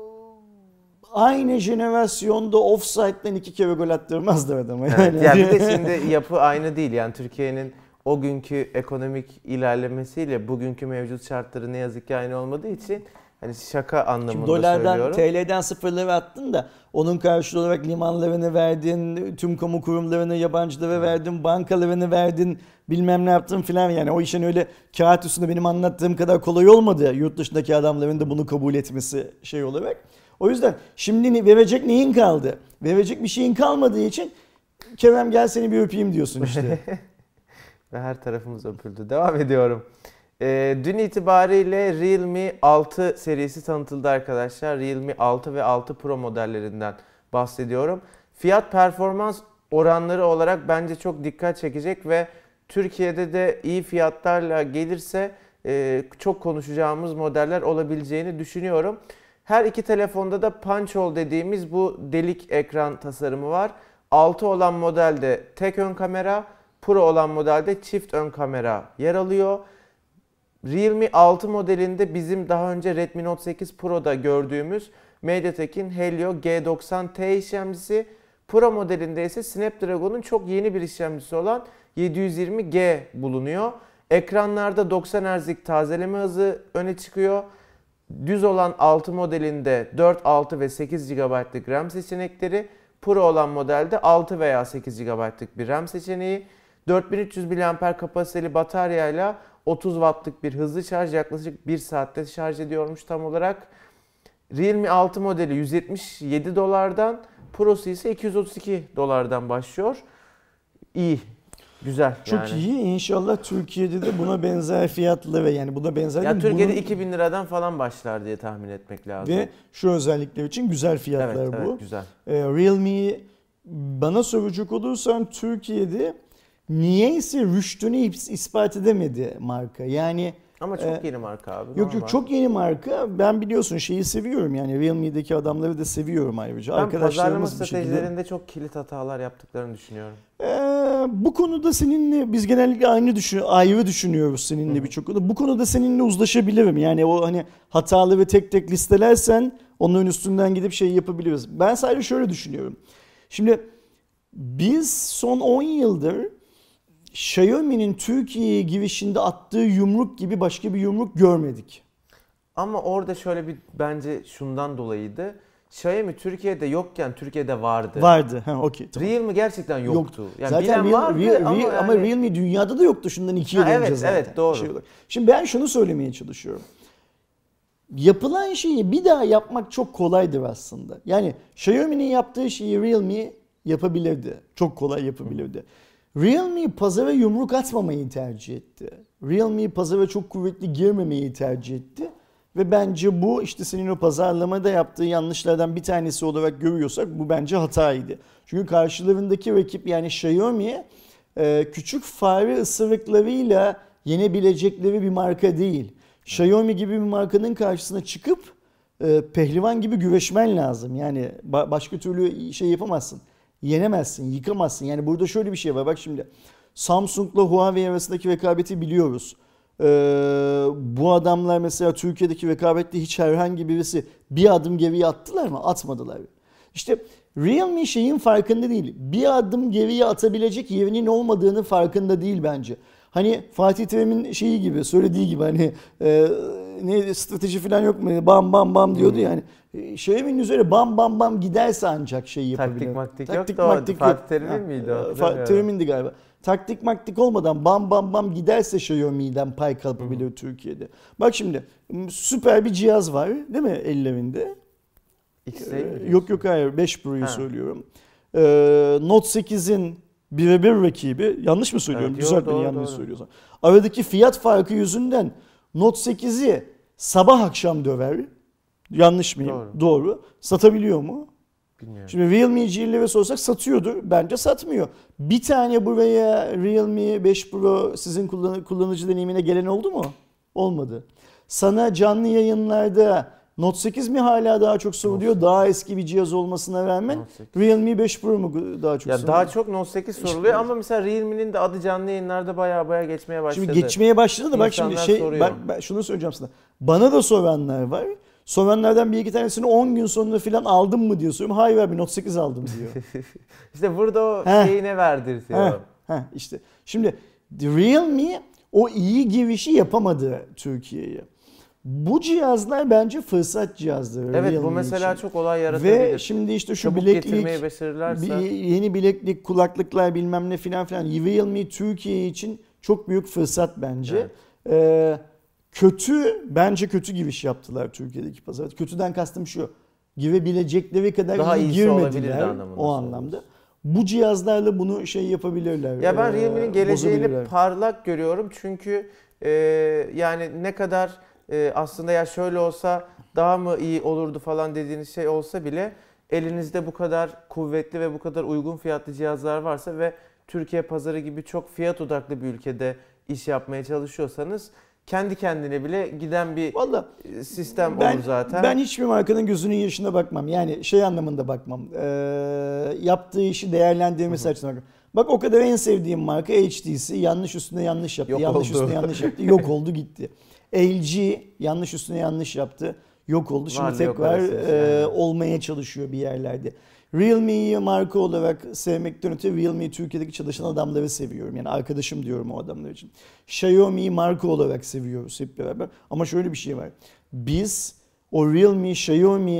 Aynı jenerasyonda offside'den 2 kere gol attırmazlar adama. Evet, yani bir de şimdi yapı aynı değil. Yani Türkiye'nin o günkü ekonomik ilerlemesiyle bugünkü mevcut şartları ne yazık ki aynı olmadığı için hani şaka anlamında şimdi dolardan, söylüyorum. TL'den sıfırları attın da onun karşılığı olarak limanlarını verdin, tüm kamu kurumlarını yabancılara verdin, bankalarını verdin, bilmem ne yaptın filan. Yani o işin öyle kağıt üstünde benim anlattığım kadar kolay olmadı. Yurt dışındaki adamların da bunu kabul etmesi şey olarak. O yüzden şimdi verecek neyin kaldı? Verecek bir şeyin kalmadığı için Kerem gel seni bir öpeyim diyorsun işte. Ve her tarafımız öpüldü. Devam ediyorum. Dün itibariyle Realme 6 serisi tanıtıldı arkadaşlar. Realme 6 ve 6 Pro modellerinden bahsediyorum. Fiyat performans oranları olarak bence çok dikkat çekecek ve Türkiye'de de iyi fiyatlarla gelirse çok konuşacağımız modeller olabileceğini düşünüyorum. Her iki telefonda da punch hole dediğimiz bu delik ekran tasarımı var. 6 olan modelde tek ön kamera, Pro olan modelde çift ön kamera yer alıyor. Realme 6 modelinde bizim daha önce Redmi Note 8 Pro'da gördüğümüz MediaTek'in Helio G90T işlemcisi. Pro modelinde ise Snapdragon'un çok yeni bir işlemcisi olan 720G bulunuyor. Ekranlarda 90 Hz'lik tazeleme hızı öne çıkıyor. Düz olan 6 modelinde 4, 6 ve 8 GB'lık RAM seçenekleri, Pro olan modelde 6 veya 8 GB'lık bir RAM seçeneği. 4300 mAh kapasiteli bataryayla 30 wattlık bir hızlı şarj, yaklaşık 1 saatte şarj ediyormuş tam olarak. Realme 6 modeli $177, Pro'su ise $232 başlıyor. İyi, güzel Çok yani. iyi. İnşallah Türkiye'de de buna benzer fiyatlı ve yani buna benzer Ya Türkiye'de bunun 2000 liradan falan başlar diye tahmin etmek lazım. ve şu özellikler için güzel fiyatlar evet, bu. evet, güzel. Realme bana soracak olursan Türkiye'de niyeyse rüştünü ispat edemedi marka. Yani Ama çok yeni marka abi. yok normal. çok yeni marka. Ben biliyorsun şeyi seviyorum yani Realme'deki adamları da seviyorum ayrıca. Ben pazarlama Arkadaşlarımız bir şekilde. stratejilerinde çok kilit hatalar yaptıklarını düşünüyorum. Bu konuda seninle biz genellikle ayrı düşünüyoruz seninle birçok konuda. Bu konuda seninle uzlaşabilirim. Yani o hani hatalı ve tek tek listelersen onların üstünden gidip şey yapabiliriz. Ben sadece şöyle düşünüyorum. Şimdi biz son 10 yıldır Xiaomi'nin Türkiye'ye girişinde attığı yumruk gibi başka bir yumruk görmedik. Ama orada şöyle bir bence şundan dolayıydı. Xiaomi Türkiye'de yokken Türkiye'de vardı. Vardı. Ha, okey. Tamam. Realme gerçekten yoktu. Yani zaten bilen vardı ama Realme dünyada da yoktu şundan 2 yıl önce evet, zaten. evet, doğru. Şimdi ben şunu söylemeye çalışıyorum. Yapılan şeyi bir daha yapmak çok kolaydır aslında. Yani Xiaomi'nin yaptığı şeyi Realme yapabilirdi. Çok kolay yapabilirdi. Realme pazara yumruk atmamayı tercih etti. Realme pazara çok kuvvetli girmemeyi tercih etti. Ve bence bu işte senin o pazarlamada yaptığı yanlışlardan bir tanesi olarak görüyorsak bu bence hataydı. Çünkü karşılarındaki rakip yani Xiaomi küçük fare ısırıklarıyla yenebilecekleri bir marka değil. Xiaomi gibi bir markanın karşısına çıkıp pehlivan gibi güreşmen lazım. Yani başka türlü şey yapamazsın. Yenemezsin, yıkamazsın. Yani burada şöyle bir şey var. Bak şimdi Samsung'la Huawei arasındaki rekabeti biliyoruz. Bu adamlar mesela Türkiye'deki rekabette hiç herhangi birisi bir adım geriye attılar mı? Atmadılar. İşte Realme şeyin farkında değil. Bir adım geriye atabilecek yerinin olmadığını farkında değil bence. Hani Fatih Terim'in şeyi gibi, söylediği gibi hani ne strateji falan yok mu? Bam bam bam diyordu yani. Xiaomi'nin üzerine bam bam bam giderse ancak şey yapabilir. Taktik yok da o Fatih Terim'in miydi o? Fatih Terim'indi galiba. Taktik maktik olmadan bam bam bam giderse Xiaomi'den pay kapabilir Türkiye'de. Bak şimdi süper bir cihaz var değil mi ellerinde? Yok hayır 5 Pro'yu söylüyorum. Note 8'in birebir rakibi. Yanlış mı söylüyorum? Evet, Güzel beni yanlış söylüyorsan. Aradaki fiyat farkı yüzünden Note 8'i sabah akşam döver. Yanlış mıyım? Doğru. Satabiliyor mu? Bilmiyorum. Şimdi Realme'cilere sorsak satıyordur. Bence satmıyor. Bir tane buraya Realme 5 Pro sizin kullanıcı deneyimine gelen oldu mu? Olmadı. Sana canlı yayınlarda Note 8 mi hala daha çok soruluyor? Daha eski bir cihaz olmasına rağmen Realme 5 Pro mu daha çok soruluyor? Daha çok Note 8 soruluyor ama mesela Realme'nin de adı canlı yayınlarda baya geçmeye başladı. Şimdi geçmeye başladı da bak İnsanlar şimdi ben şunu söyleyeceğim sana. Bana da soranlar var. Soranlardan bir iki tanesini 10 gün sonra falan aldın mı diyor soruyorum. Hayır abi Note 8 aldım diyor. İşte burada o şeyi ne verdirtiyor. İşte. Şimdi Realme o iyi girişi yapamadı Türkiye'ye. Bu cihazlar bence fırsat cihazları. Evet Realme bu mesela için. çok olay yaratabilir. Ve şimdi işte şu çabuk bileklik, yeni bileklik, kulaklıklar bilmem ne filan filan. Realme Türkiye için çok büyük fırsat bence. Evet. Bence kötü giriş yaptılar Türkiye'deki pazara. Kötüden kastım şu. Girebilecekleri kadar daha iyi girmediler anlamında o anlamda. Bu cihazlarla bunu şey yapabilirler. Ya ben Realme'nin geleceğini parlak görüyorum. Çünkü yani ne kadar aslında ya şöyle olsa daha mı iyi olurdu falan dediğiniz şey olsa bile elinizde bu kadar kuvvetli ve bu kadar uygun fiyatlı cihazlar varsa ve Türkiye pazarı gibi çok fiyat odaklı bir ülkede iş yapmaya çalışıyorsanız kendi kendine bile giden bir sistem olur zaten. Ben hiçbir markanın gözünün yaşına bakmam. Yani şey anlamında bakmam. Yaptığı işi değerlendirmesi açısından bakmam. Bak o kadar en sevdiğim marka HTC yanlış üstüne yanlış yaptı. Üstüne yanlış yaptı. Yok oldu gitti. LG yanlış üstüne yanlış yaptı. Yok oldu. Şimdi tekrar olmaya çalışıyor bir yerlerde. Realme'yi marka olarak sevmekten öte Realme Türkiye'deki çalışan adamları seviyorum. Yani arkadaşım diyorum o adamlar için. Xiaomi'yi marka olarak seviyoruz hep beraber. Ama şöyle bir şey var. Biz o Realme Xiaomi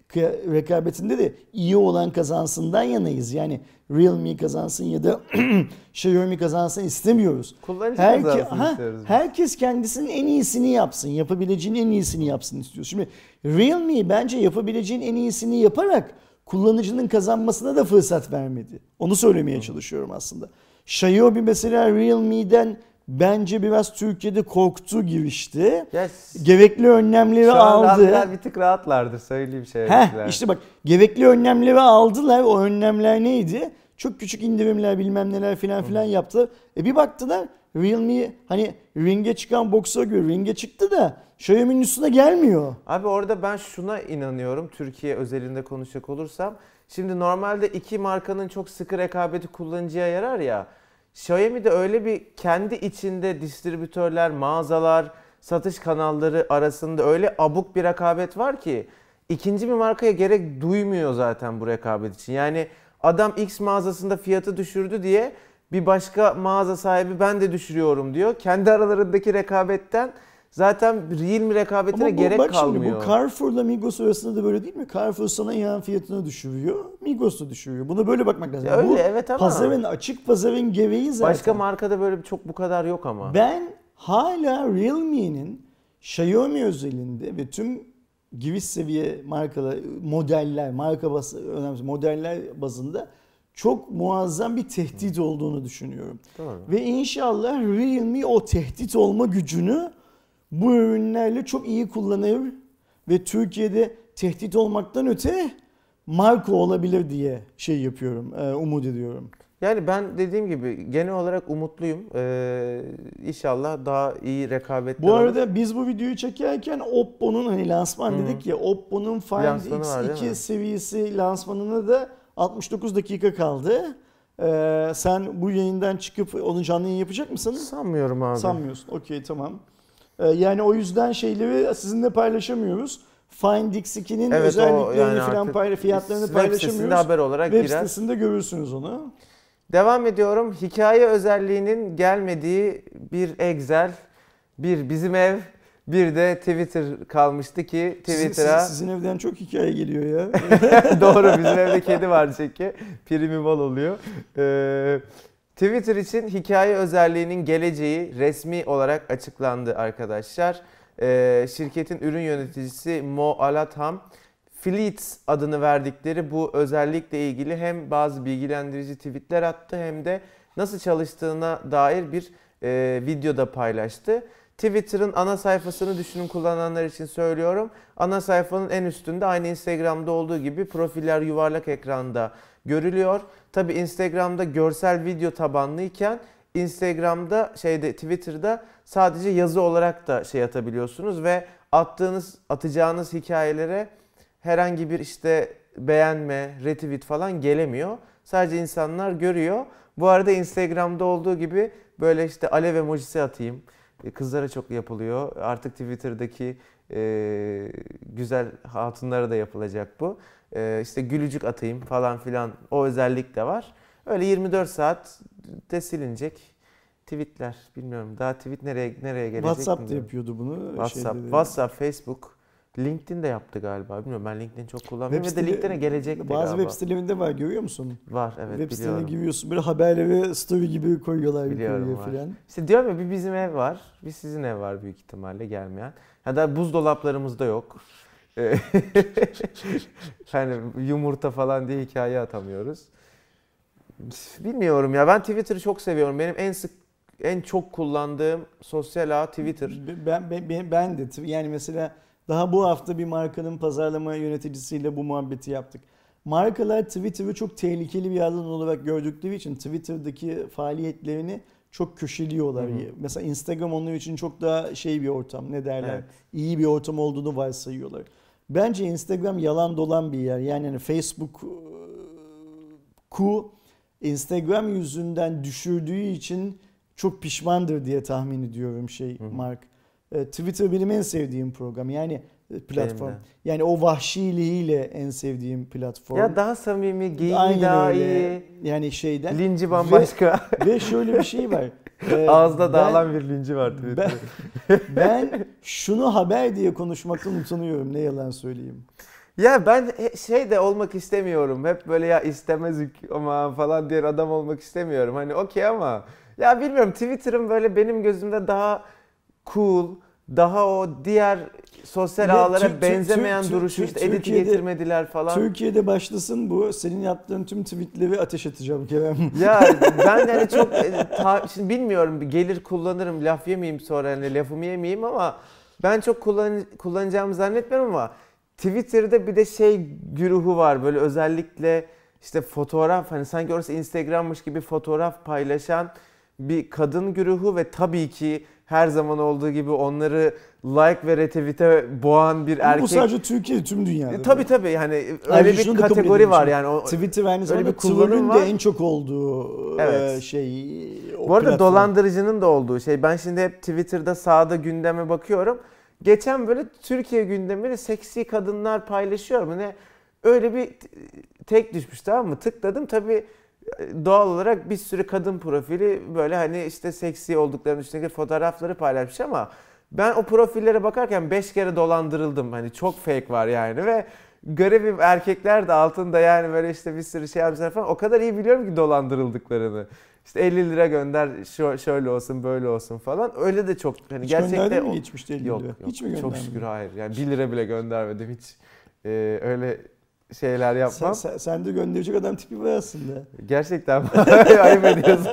rekabetinde de iyi olan kazansından yanayız. Yani Realme kazansın ya da Xiaomi kazansın istemiyoruz. Kullanıcı kazansın istiyoruz. Herkes kendisinin en iyisini yapsın. Yapabileceğinin en iyisini yapsın istiyoruz. Şimdi Realme bence yapabileceğin en iyisini yaparak kullanıcının kazanmasına da fırsat vermedi. Onu söylemeye çalışıyorum aslında. Xiaomi mesela Realme'den bence biraz Türkiye'de korktu girişti. Gerekli önlemleri aldı. Şu an bir tık rahatlardır söyleyeyim şeyler. İşte bak gerekli önlemleri aldılar. O önlemler neydi? Çok küçük indirimler bilmem neler filan yaptı. Bir baktılar Realme hani ringe çıkan boksör gibi ringe çıktı da Xiaomi'nin üstüne gelmiyor. Abi orada ben şuna inanıyorum Türkiye özelinde konuşacak olursam. Şimdi normalde iki markanın çok sıkı rekabeti kullanıcıya yarar ya. Xiaomi'de öyle bir kendi içinde distribütörler, mağazalar, satış kanalları arasında öyle abuk bir rekabet var ki ikinci bir markaya gerek duymuyor zaten bu rekabet için. Yani adam X mağazasında fiyatı düşürdü diye bir başka mağaza sahibi ben de düşürüyorum diyor. Kendi aralarındaki rekabetten zaten Realme rekabetine gerek bak kalmıyor. Şimdi bu Carrefour'la Migros arasında da böyle değil mi? Carrefour sana yan fiyatını düşürüyor, Migros da düşürüyor. Buna böyle bakmak lazım. Öyle bu evet ama pazarın açık pazarın gereği zaten. Başka markada böyle çok bu kadar yok ama. Ben hala Realme'nin Xiaomi özelinde ve tüm giriş seviye markalar, modeller, marka önemli modeller bazında çok muazzam bir tehdit olduğunu düşünüyorum. Doğru. Ve inşallah Realme o tehdit olma gücünü bu ürünlerle çok iyi kullanır ve Türkiye'de tehdit olmaktan öte marka olabilir diye yapıyorum, umut ediyorum. Yani ben dediğim gibi genel olarak umutluyum. İnşallah daha iyi rekabetler Bu arada olur. Biz bu videoyu çekerken Oppo'nun hani lansman dedik ya, Oppo'nun Find X2 seviyesi lansmanına da 69 dakika kaldı. Sen bu yayından çıkıp onun canlı yayın yapacak mısın? Sanmıyorum abi. Sanmıyorsun. Okey, tamam. Yani o yüzden şeyleri sizinle paylaşamıyoruz. Find X2'nin özelliklerini falan fiyatlarını paylaşamıyoruz. Web sitesinde haber olarak Web sitesinde görürsünüz onu. Devam ediyorum. Hikaye özelliğinin gelmediği bir Excel, bir bizim ev, bir de Twitter kalmıştı ki Twitter'a... Sizin evden çok hikaye geliyor ya. Doğru, bizim evde kedi var çünkü. Primival oluyor. Twitter için hikaye özelliğinin geleceği resmi olarak açıklandı arkadaşlar. Şirketin ürün yöneticisi Mo Alatham, Fleets adını verdikleri bu özellikle ilgili hem bazı bilgilendirici tweetler attı hem de nasıl çalıştığına dair bir video da paylaştı. Twitter'ın ana sayfasını düşünün kullananlar için söylüyorum. Ana sayfanın en üstünde aynı Instagram'da olduğu gibi profiller yuvarlak ekranda görülüyor. Tabi Instagram'da görsel video tabanlıyken Instagram'da Twitter'da sadece yazı olarak da atabiliyorsunuz ve atacağınız hikayelere herhangi bir beğenme, retweet falan gelemiyor. Sadece insanlar görüyor. Bu arada Instagram'da olduğu gibi böyle alev emojisi atayım. Kızlara çok yapılıyor. Artık Twitter'daki güzel hatunlara da yapılacak bu. Gülücük atayım falan filan o özellik de var. Öyle 24 saatte silinecek tweetler. Bilmiyorum daha tweet nereye gelecek. WhatsApp da yapıyordu bunu. WhatsApp, Facebook, LinkedIn de yaptı galiba. Bilmiyorum ben LinkedIn çok kullanmıyorum. Ve de LinkedIn'e gelecekti bazı galiba. Web sitelerinde var görüyor musun? Var evet web biliyorum. Web sitene giriyorsun böyle haberleri story gibi koyuyorlar. Biliyorum var. Diyorum ya bir bizim ev var. Bir sizin ev var büyük ihtimalle gelmeyen. Ya da buzdolaplarımızda yok. Hani yumurta falan diye hikaye atamıyoruz. Bilmiyorum ya ben Twitter'ı çok seviyorum. Benim en çok kullandığım sosyal ağ Twitter. Ben de yani mesela daha bu hafta bir markanın pazarlama yöneticisiyle bu muhabbeti yaptık. Markalar Twitter'ı çok tehlikeli bir alan olarak gördükleri için Twitter'daki faaliyetlerini çok köşeliyorlar. Mesela Instagram onun için çok daha bir ortam, ne derler? Evet. İyi bir ortam olduğunu varsayıyorlar. Bence Instagram yalan dolan bir yer. Yani hani Facebook'u Instagram yüzünden düşürdüğü için çok pişmandır diye tahmin ediyorum Mark. Twitter benim en sevdiğim program. Yani platform. Yani o vahşiliğiyle en sevdiğim platform. Ya daha samimi, giyimi daha iyi. Yani linci bambaşka. Ve şöyle bir şey var. Ağızda dağılan bir linci var Twitter'da. Ben şunu haber diye konuşmaktan utanıyorum. Ne yalan söyleyeyim. Ya ben şey de olmak istemiyorum. Hep böyle ya istemezük ama falan diyen adam olmak istemiyorum. Hani okey ama ya bilmiyorum, Twitter'ın böyle benim gözümde daha cool, daha o diğer sosyal Ve ağlara benzemeyen duruşu, işte edit'i Türkiye'de getirmediler falan. Türkiye'de başlasın bu. Senin yaptığın tüm tweetleri ateş edeceğim Kerem. Ya ben hani çok şimdi bilmiyorum, gelir kullanırım, laf yemeyeyim sonra, hani lafımı yemeyeyim ama ben çok kullanacağımı zannetmiyorum ama Twitter'da bir de şey güruhu var böyle, özellikle işte fotoğraf, hani sanki orası Instagram'mış gibi fotoğraf paylaşan bir kadın güruhu ve tabii ki her zaman olduğu gibi onları like ve retweet'e boğan bir Ama erkek. bu sadece Türkiye, tüm dünyada. Tabii yani öyle Ayrıca bir şunu da kabul kategori edelim var şimdi. yani. Twitter aynı öyle zamanda bir kullanım trollün var. de en çok olduğu Evet. o Bu arada platform. dolandırıcının da olduğu şey. Ben şimdi hep Twitter'da sağda gündeme bakıyorum. Geçen böyle Türkiye gündemini seksi kadınlar paylaşıyor mu ne? Öyle bir tek düşmüş, tamam mı? Tıkladım tabii, doğal olarak bir sürü kadın profili böyle hani işte seksi olduklarının üstündeki fotoğrafları paylaşmış ama ben o profillere bakarken 5 kere dolandırıldım. Hani çok fake var yani ve garibim, erkekler de altında yani böyle işte bir sürü şey yapmışlar falan. O kadar iyi biliyorum ki dolandırıldıklarını. İşte 50 lira gönder, şöyle olsun böyle olsun falan. Öyle de çok hani Hiç gerçekten gönderdin mi geçmişte 50 yok, lira? yok. Hiç mi gönderdin? Çok şükür hayır. Yani 1 lira bile göndermedim hiç. Öyle şeyler yapmam. Sen de gönderecek adam tipi var aslında. Gerçekten mi? Ayıp ediyorsun.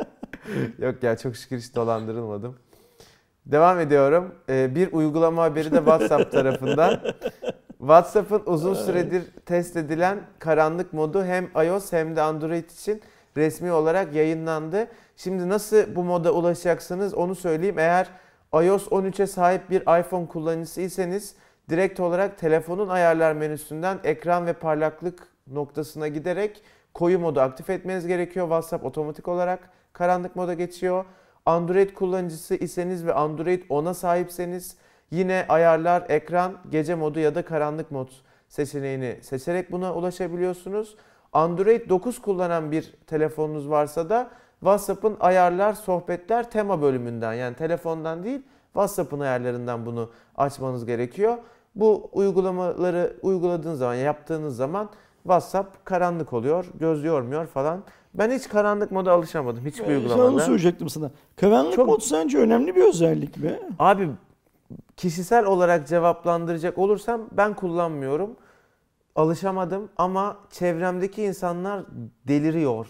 Yok ya, çok şükür hiç dolandırılmadım. Devam ediyorum. Bir uygulama haberi de WhatsApp tarafından. WhatsApp'ın uzun süredir test edilen karanlık modu hem iOS hem de Android için resmi olarak yayınlandı. Şimdi nasıl bu moda ulaşacaksınız onu söyleyeyim. Eğer iOS 13'e sahip bir iPhone kullanıcısıysanız direkt olarak telefonun ayarlar menüsünden ekran ve parlaklık noktasına giderek koyu modu aktif etmeniz gerekiyor. WhatsApp otomatik olarak karanlık moda geçiyor. Android kullanıcısı iseniz ve Android 10'a sahipseniz yine ayarlar, ekran, gece modu ya da karanlık mod seçeneğini seçerek buna ulaşabiliyorsunuz. Android 9 kullanan bir telefonunuz varsa da WhatsApp'ın ayarlar, sohbetler, tema bölümünden, yani telefondan değil WhatsApp'ın ayarlarından bunu açmanız gerekiyor. Bu uygulamaları uyguladığınız zaman, yaptığınız zaman WhatsApp karanlık oluyor, göz yormuyor falan. Ben hiç karanlık moda alışamadım hiçbir uygulamada. Onu soracaktım sana. Karanlık mod sence önemli bir özellik mi? Abi kişisel olarak cevaplandıracak olursam ben kullanmıyorum. Alışamadım ama çevremdeki insanlar deliriyor.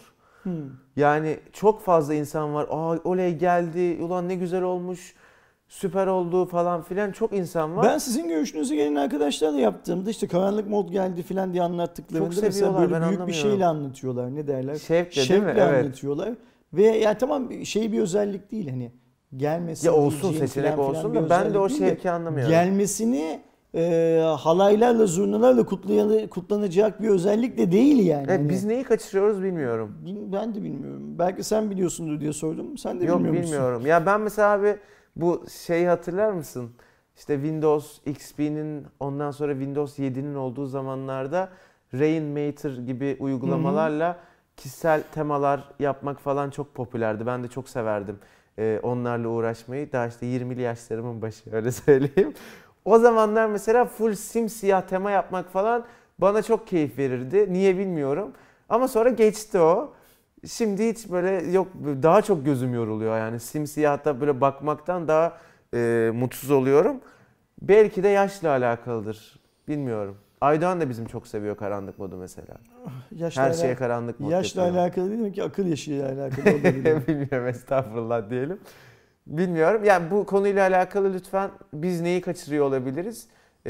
Yani çok fazla insan var. Aa oley geldi, ulan ne güzel olmuş, süper oldu falan filan, çok insan var. Ben sizin görüşünüze gelen arkadaşlarla yaptığımda işte karanlık mod geldi filan diye anlattıklarında Çok mesela seviyorlar, böyle ben büyük bir şeyle anlatıyorlar. Ne derler? Şevkle değil mi? Evet. anlatıyorlar. Ve yani tamam şey bir özellik değil hani gelmesin Ya olsun, diyeceğin seçenek filan olsun bir da ben de o özellik değil de şevki anlamıyorum. Gelmesini halaylarla, zurnalarla kutlanacak bir özellik de değil yani. Evet, Hani biz neyi kaçırıyoruz bilmiyorum. ben de bilmiyorum. Belki sen biliyorsundur diye sordum. Sen de Yok bilmiyor musun? bilmiyorum. Ya ben mesela abi bu şeyi hatırlar mısın? İşte Windows XP'nin ondan sonra Windows 7'nin olduğu zamanlarda Rainmaker gibi uygulamalarla kişisel temalar yapmak falan çok popülerdi. Ben de çok severdim onlarla uğraşmayı. Daha işte 20'li yaşlarımın başı, öyle söyleyeyim. O zamanlar mesela full simsiyah tema yapmak falan bana çok keyif verirdi. Niye bilmiyorum. Ama sonra geçti o. Şimdi hiç böyle yok, daha çok gözüm yoruluyor yani simsiyahta böyle bakmaktan daha mutsuz oluyorum. Belki de yaşla alakalıdır. Bilmiyorum. Aydoğan da bizim çok seviyor karanlık modu mesela. Her şeye karanlık mod yaşla yapıyor. alakalı değil mi ki akıl yaşıyla alakalı olabilir. Bilmiyorum, estağfurullah diyelim. Bilmiyorum. Yani bu konuyla alakalı lütfen biz neyi kaçırıyor olabiliriz?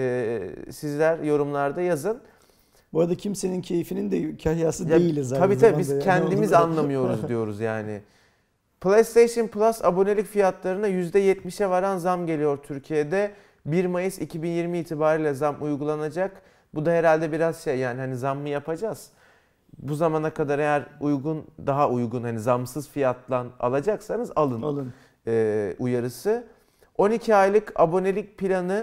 Sizler yorumlarda yazın. Bu arada kimsenin keyfinin de kahyası değiliz. Tabii biz kendimiz anlamıyoruz diyoruz yani. PlayStation Plus abonelik fiyatlarına %70'e varan zam geliyor Türkiye'de. 1 Mayıs 2020 itibariyle zam uygulanacak. Bu da herhalde biraz şey, yani hani zam mı yapacağız? Bu zamana kadar eğer daha uygun hani zamsız fiyatla alacaksanız alın. Uyarısı. 12 aylık abonelik planı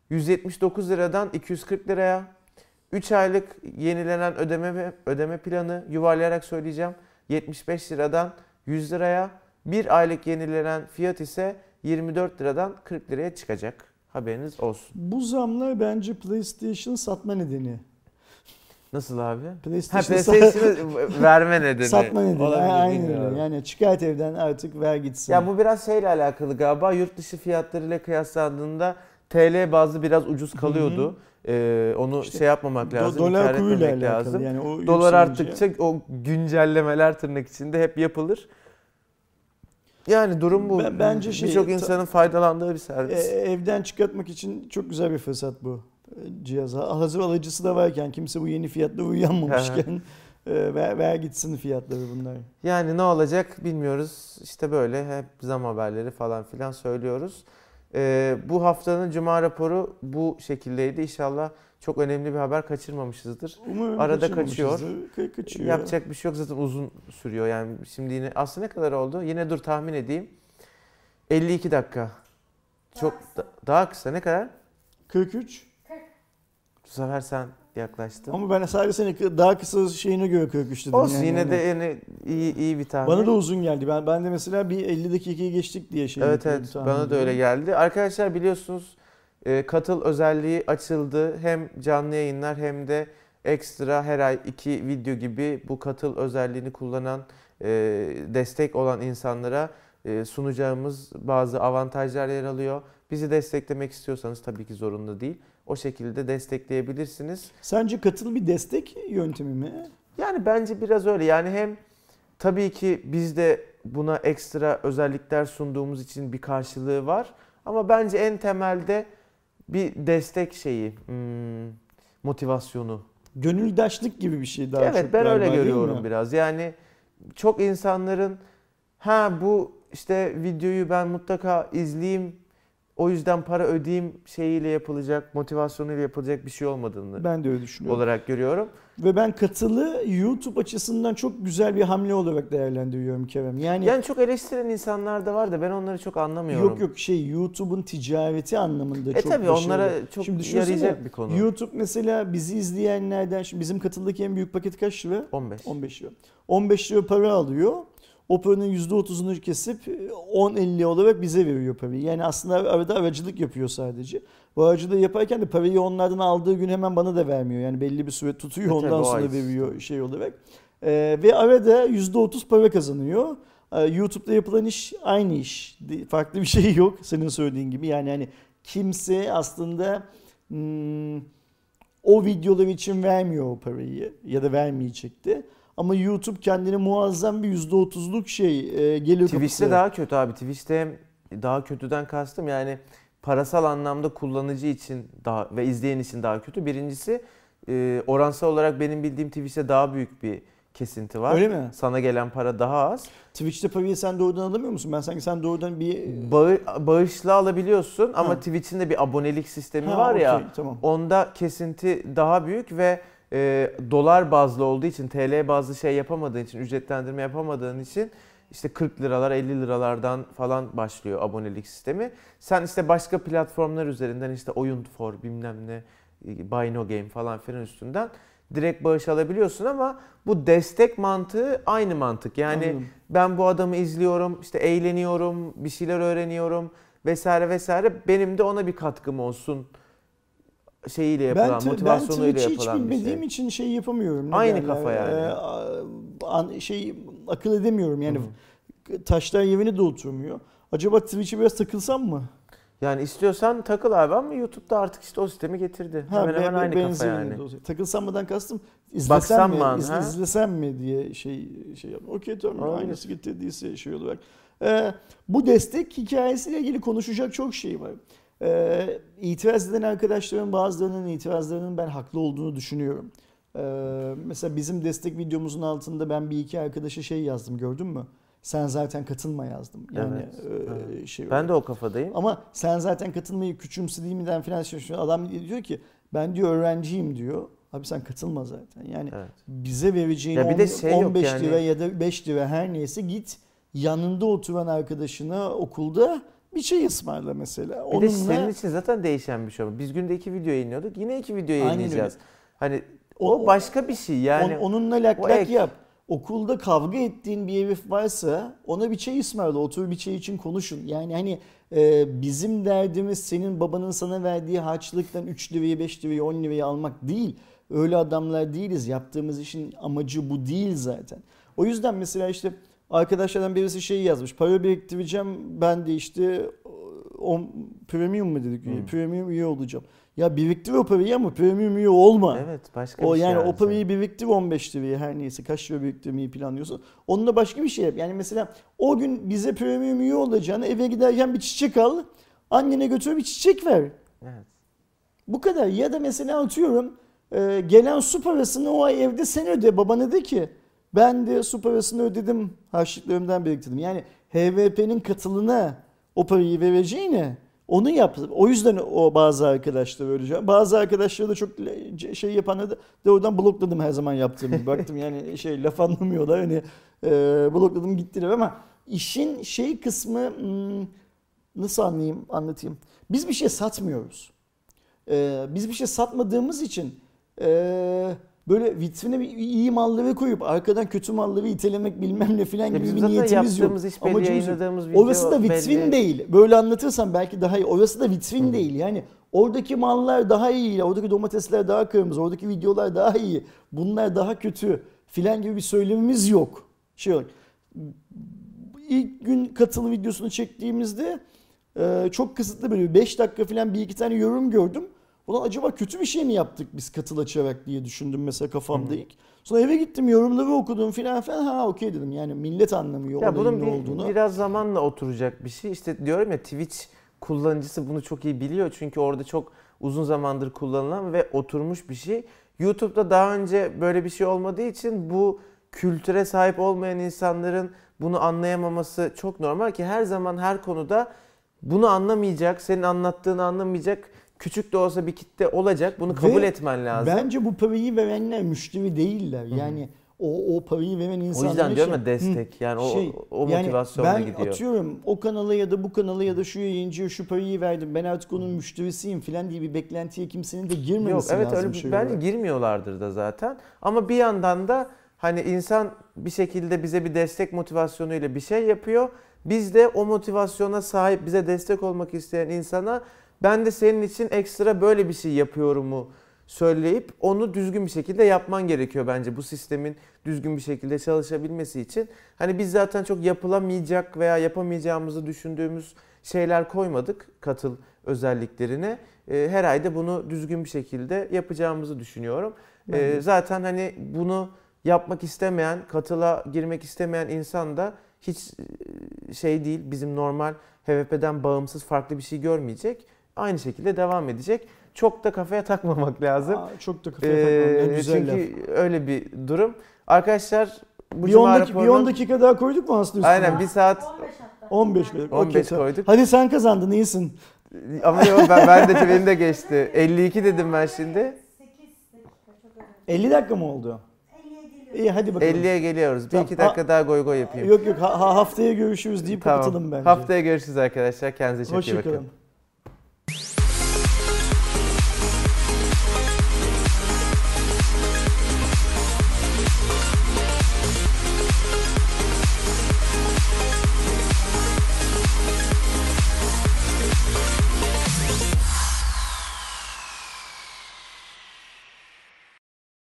179 liradan 240 liraya. 3 aylık yenilenen ödeme planı, yuvarlayarak söyleyeceğim, 75 liradan 100 liraya. 1 aylık yenilenen fiyat ise 24 liradan 40 liraya çıkacak. Haberiniz olsun. Bu zamlar bence PlayStation satma nedeni. Nasıl abi? PlayStation'ı verme nedeni. satma nedeni. Olabilir, Aynen bilmiyorum. öyle. Yani çıkart evden artık ver gitsin. Ya bu biraz şeyle alakalı galiba. Yurt dışı fiyatlarıyla kıyaslandığında TL bazlı biraz ucuz kalıyordu. Onu İşte şey yapmamak lazım. dolar inkar kuruyla etmemek alakalı. lazım. Yani o Dolar yükselince- arttıkça o güncellemeler tırnak içinde hep yapılır. Yani durum bu. Bence Birçok insanın faydalandığı bir servis. evden çıkartmak için çok güzel bir fırsat bu cihaza. Hazır alıcısı da varken, kimse bu yeni fiyatla uyanmamışken ver gitsin fiyatları bunlar. Yani ne olacak bilmiyoruz. İşte böyle hep zam haberleri falan filan söylüyoruz. Bu haftanın Cuma raporu bu şekildeydi. İnşallah çok önemli bir haber kaçırmamışızdır. Umarım Arada kaçıyor. Kaçıyor. Yapacak bir şey yok, zaten uzun sürüyor. Yani şimdi yine aslında ne kadar oldu? Yine dur tahmin edeyim. 52 dakika. Çok daha kısa. Ne kadar? 43. Bu sefer sen yaklaştın. Ama ben sadece seni daha kısa şeyine göre 43 dedim. Olsun, yani. yine de yani iyi bir tahmin. Bana da uzun geldi. Ben de mesela bir 50 dakikayı geçtik diye şey Evet bana da öyle geldi. Arkadaşlar biliyorsunuz katıl özelliği açıldı. Hem canlı yayınlar hem de ekstra her ay 2 video gibi bu katıl özelliğini kullanan destek olan insanlara sunacağımız bazı avantajlar yer alıyor. Bizi desteklemek istiyorsanız tabii ki zorunda değil. O şekilde destekleyebilirsiniz. Sence katıl bir destek yöntemi mi? Yani bence biraz öyle. Yani hem tabii ki biz de buna ekstra özellikler sunduğumuz için bir karşılığı var. Ama bence en temelde bir destek şeyi, motivasyonu. Gönüldaşlık gibi bir şey daha çok. Evet, ben galiba, öyle değil görüyorum mi? biraz. Yani çok insanların bu işte videoyu ben mutlaka izleyeyim, o yüzden para ödeyeyim şeyiyle yapılacak, motivasyonuyla yapılacak bir şey olmadığını Ben de öyle düşünüyorum. olarak görüyorum. Ve ben katılı YouTube açısından çok güzel bir hamle olarak değerlendiriyorum Kerem. Yani çok eleştiren insanlar da var da ben onları çok anlamıyorum. Yok YouTube'un ticareti anlamında çok Tabii başarılı. onlara çok Şimdi düşünsene, yarayacak bir konu. YouTube mesela bizi izleyenlerden, şimdi bizim katıldaki en büyük paket kaç lira? 15. 15 lira. 15 lira para alıyor. O paranın %30'unu kesip 10-50 olarak bize veriyor parayı. Yani aslında arada aracılık yapıyor sadece. Bu aracılığı yaparken de parayı onlardan aldığı gün hemen bana da vermiyor. Yani belli bir süre tutuyor, Tabii, ondan o sonra ay. veriyor şey olarak. Ve arada %30 para kazanıyor. YouTube'da yapılan iş aynı iş. Farklı bir şey yok senin söylediğin gibi. Yani hani kimse aslında o videolar için vermiyor o parayı ya da vermeyecekti. Ama YouTube kendine muazzam bir %30'luk gelir kapısı. Twitch'te daha kötü abi. Twitch'te hem daha kötüden kastım yani parasal anlamda kullanıcı için daha ve izleyen için daha kötü. Birincisi oransal olarak benim bildiğim Twitch'te daha büyük bir kesinti var. Öyle mi? Sana gelen para daha az. Twitch'te parayı sen doğrudan alamıyor musun? Ben sanki sen doğrudan bir... Bağışla alabiliyorsun ama Twitch'in de bir abonelik sistemi var ya. Okay, tamam. Onda kesinti daha büyük ve dolar bazlı olduğu için, TL bazlı şey yapamadığın için, ücretlendirme yapamadığın için işte 40 liralar 50 liralardan falan başlıyor abonelik sistemi. Sen işte başka platformlar üzerinden işte Oyun.for bilmem ne, Buy No Game falan filan üstünden direkt bağış alabiliyorsun ama bu destek mantığı aynı mantık. Yani Anladım. ben bu adamı izliyorum, işte eğleniyorum, bir şeyler öğreniyorum vesaire vesaire. Benim de ona bir katkım olsun şeyiyle yapılan, motivasyonuyla Twitch'i hiç yapılan bir bilmediğim şey. için yapamıyorum. Ne Aynı derler? kafa yani. Akıl edemiyorum yani. Taşlar yerine de oturmuyor. Acaba Twitch'e biraz takılsam mı? Yani istiyorsan takıl abi ama YouTube'da artık işte o sistemi getirdi. Hemen hemen aynı kafa yani. Takılsamdan kastım Baksam mı? izlesem mi diye şey yaptım. Okey tamam, Olabilir. aynısı getirdiyse şey olarak. Bu destek hikayesiyle ilgili konuşacak çok şey var. İtiraz eden arkadaşlarım bazılarının itirazlarının ben haklı olduğunu düşünüyorum. Mesela bizim destek videomuzun altında ben bir iki arkadaşa şey yazdım, gördün mü? Sen zaten katılma yazdım. Yani Evet. şey. Ben de o kafadayım. Ama sen zaten katılmayı küçümsediğimden falan şey. Adam diyor ki ben diyor öğrenciyim diyor. Abi sen katılma zaten. Yani bize vereceğin Ya bir de şey 15 yani... lira ya da 5 lira her neyse git yanında oturan arkadaşına okulda bir şey ısmarla mesela. Bir de senin için zaten değişen bir şey var. Biz günde 2 video yayınlıyorduk. Yine 2 video yayınlayacağız. Hani o başka bir şey yani. Onunla lak yap. okulda kavga ettiğin bir herif varsa ona bir çay ısmarla, otur bir çay için konuşun. Yani hani bizim derdimiz senin babanın sana verdiği harçlıktan 3 lirayı, 5 lirayı, 10 lirayı almak değil. Öyle adamlar değiliz. Yaptığımız işin amacı bu değil zaten. O yüzden mesela işte arkadaşlardan birisi şey yazmış. Para biriktireceğim, ben de işte premium mu dedik? Premium üye olacağım. Ya biriktir o parayı ama premium üye olma. Evet, başka o bir şey. Yani o parayı biriktir 15 liraya, her neyse kaç lira biriktirmeyi planlıyorsun. Onunla başka bir şey yap. Yani mesela o gün bize premium üye olacağına eve giderken bir çiçek al. Annene götür bir çiçek ver. Evet. Bu kadar. Ya da mesela atıyorum gelen su parasını o ay evde sen öde. Babana de ki ben de su parasını ödedim, harçlıklarımdan biriktirdim. Yani HVP'nin katılına o parayı vereceğine onu yap. O yüzden o bazı arkadaşlar öyle. Bazı arkadaşları da çok şey yapanları da oradan blokladım her zaman yaptığım gibi. Baktım yani laf anlamıyorlar. Hani blokladım gittiler ama işin şey kısmı nasıl anlatayım. Biz bir şey satmıyoruz. Biz bir şey satmadığımız için böyle vitrine iyi malları koyup arkadan kötü malları itelemek bilmem ne filan gibi bir niyetimiz yok. Amacımız video orası da vitrin belli. değil. Böyle anlatırsam belki daha iyi. Orası da vitrin değil. Yani oradaki mallar daha iyi, oradaki domatesler daha kırmızı, oradaki videolar daha iyi, bunlar daha kötü filan gibi bir söylemimiz yok. İlk gün katıl videosunu çektiğimizde çok kısıtlı böyle 5 dakika filan bir iki tane yorum gördüm. Ulan acaba kötü bir şey mi yaptık biz katıl açarak diye düşündüm mesela kafamda ilk. Sonra eve gittim, yorumları okudum filan ha okey dedim. Yani millet anlamıyor ya olayın bunun ne olduğunu. Biraz zamanla oturacak bir şey. İşte diyorum ya, Twitch kullanıcısı bunu çok iyi biliyor. Çünkü orada çok uzun zamandır kullanılan ve oturmuş bir şey. YouTube'da daha önce böyle bir şey olmadığı için bu kültüre sahip olmayan insanların bunu anlayamaması çok normal ki her zaman her konuda bunu anlamayacak, senin anlattığını anlamayacak küçük de olsa bir kitle olacak. Bunu kabul etmen lazım. Bence bu parayı verenler müşteri değiller. Yani o parayı veren insanlar. O yüzden diyorum ya, destek. Yani o motivasyonla yani gidiyor. Ben atıyorum o kanala ya da bu kanala ya da şu yayıncıya şu parayı verdim, ben artık onun müşterisiyim falan diye bir beklentiye kimsenin de girmemesi lazım. Evet, öyle bence girmiyorlardır da zaten. Ama bir yandan da hani insan bir şekilde bize bir destek motivasyonuyla bir şey yapıyor. Biz de o motivasyona sahip, bize destek olmak isteyen insana ben de senin için ekstra böyle bir şey yapıyorumu söyleyip onu düzgün bir şekilde yapman gerekiyor bence bu sistemin düzgün bir şekilde çalışabilmesi için. Hani biz zaten çok yapılamayacak veya yapamayacağımızı düşündüğümüz şeyler koymadık katıl özelliklerine. Her ayda bunu düzgün bir şekilde yapacağımızı düşünüyorum. Zaten hani bunu yapmak istemeyen, katıla girmek istemeyen insan da hiç şey değil, bizim normal HVP'den bağımsız farklı bir şey görmeyecek. Aynı şekilde devam edecek. Çok da kafaya takmamak lazım. Çok da kafaya takmamak. Güzel çünkü öyle bir durum. Arkadaşlar bu bir 10 dakika daha koyduk mu Aslı üstüne? Aynen, bir saat 15 koyduk. Hadi sen kazandın, iyisin. Ama yok, benim de geçti. 52 dedim ben şimdi. 50 dakika mı oldu? 50'ye geliyoruz. İyi hadi bakalım. 50'ye geliyoruz. Tamam. 1-2 dakika daha goy yapayım. Yok haftaya görüşürüz deyip kapatalım bence. Haftaya görüşürüz arkadaşlar. Kendinize çok iyi bakın. Hoşçakalın.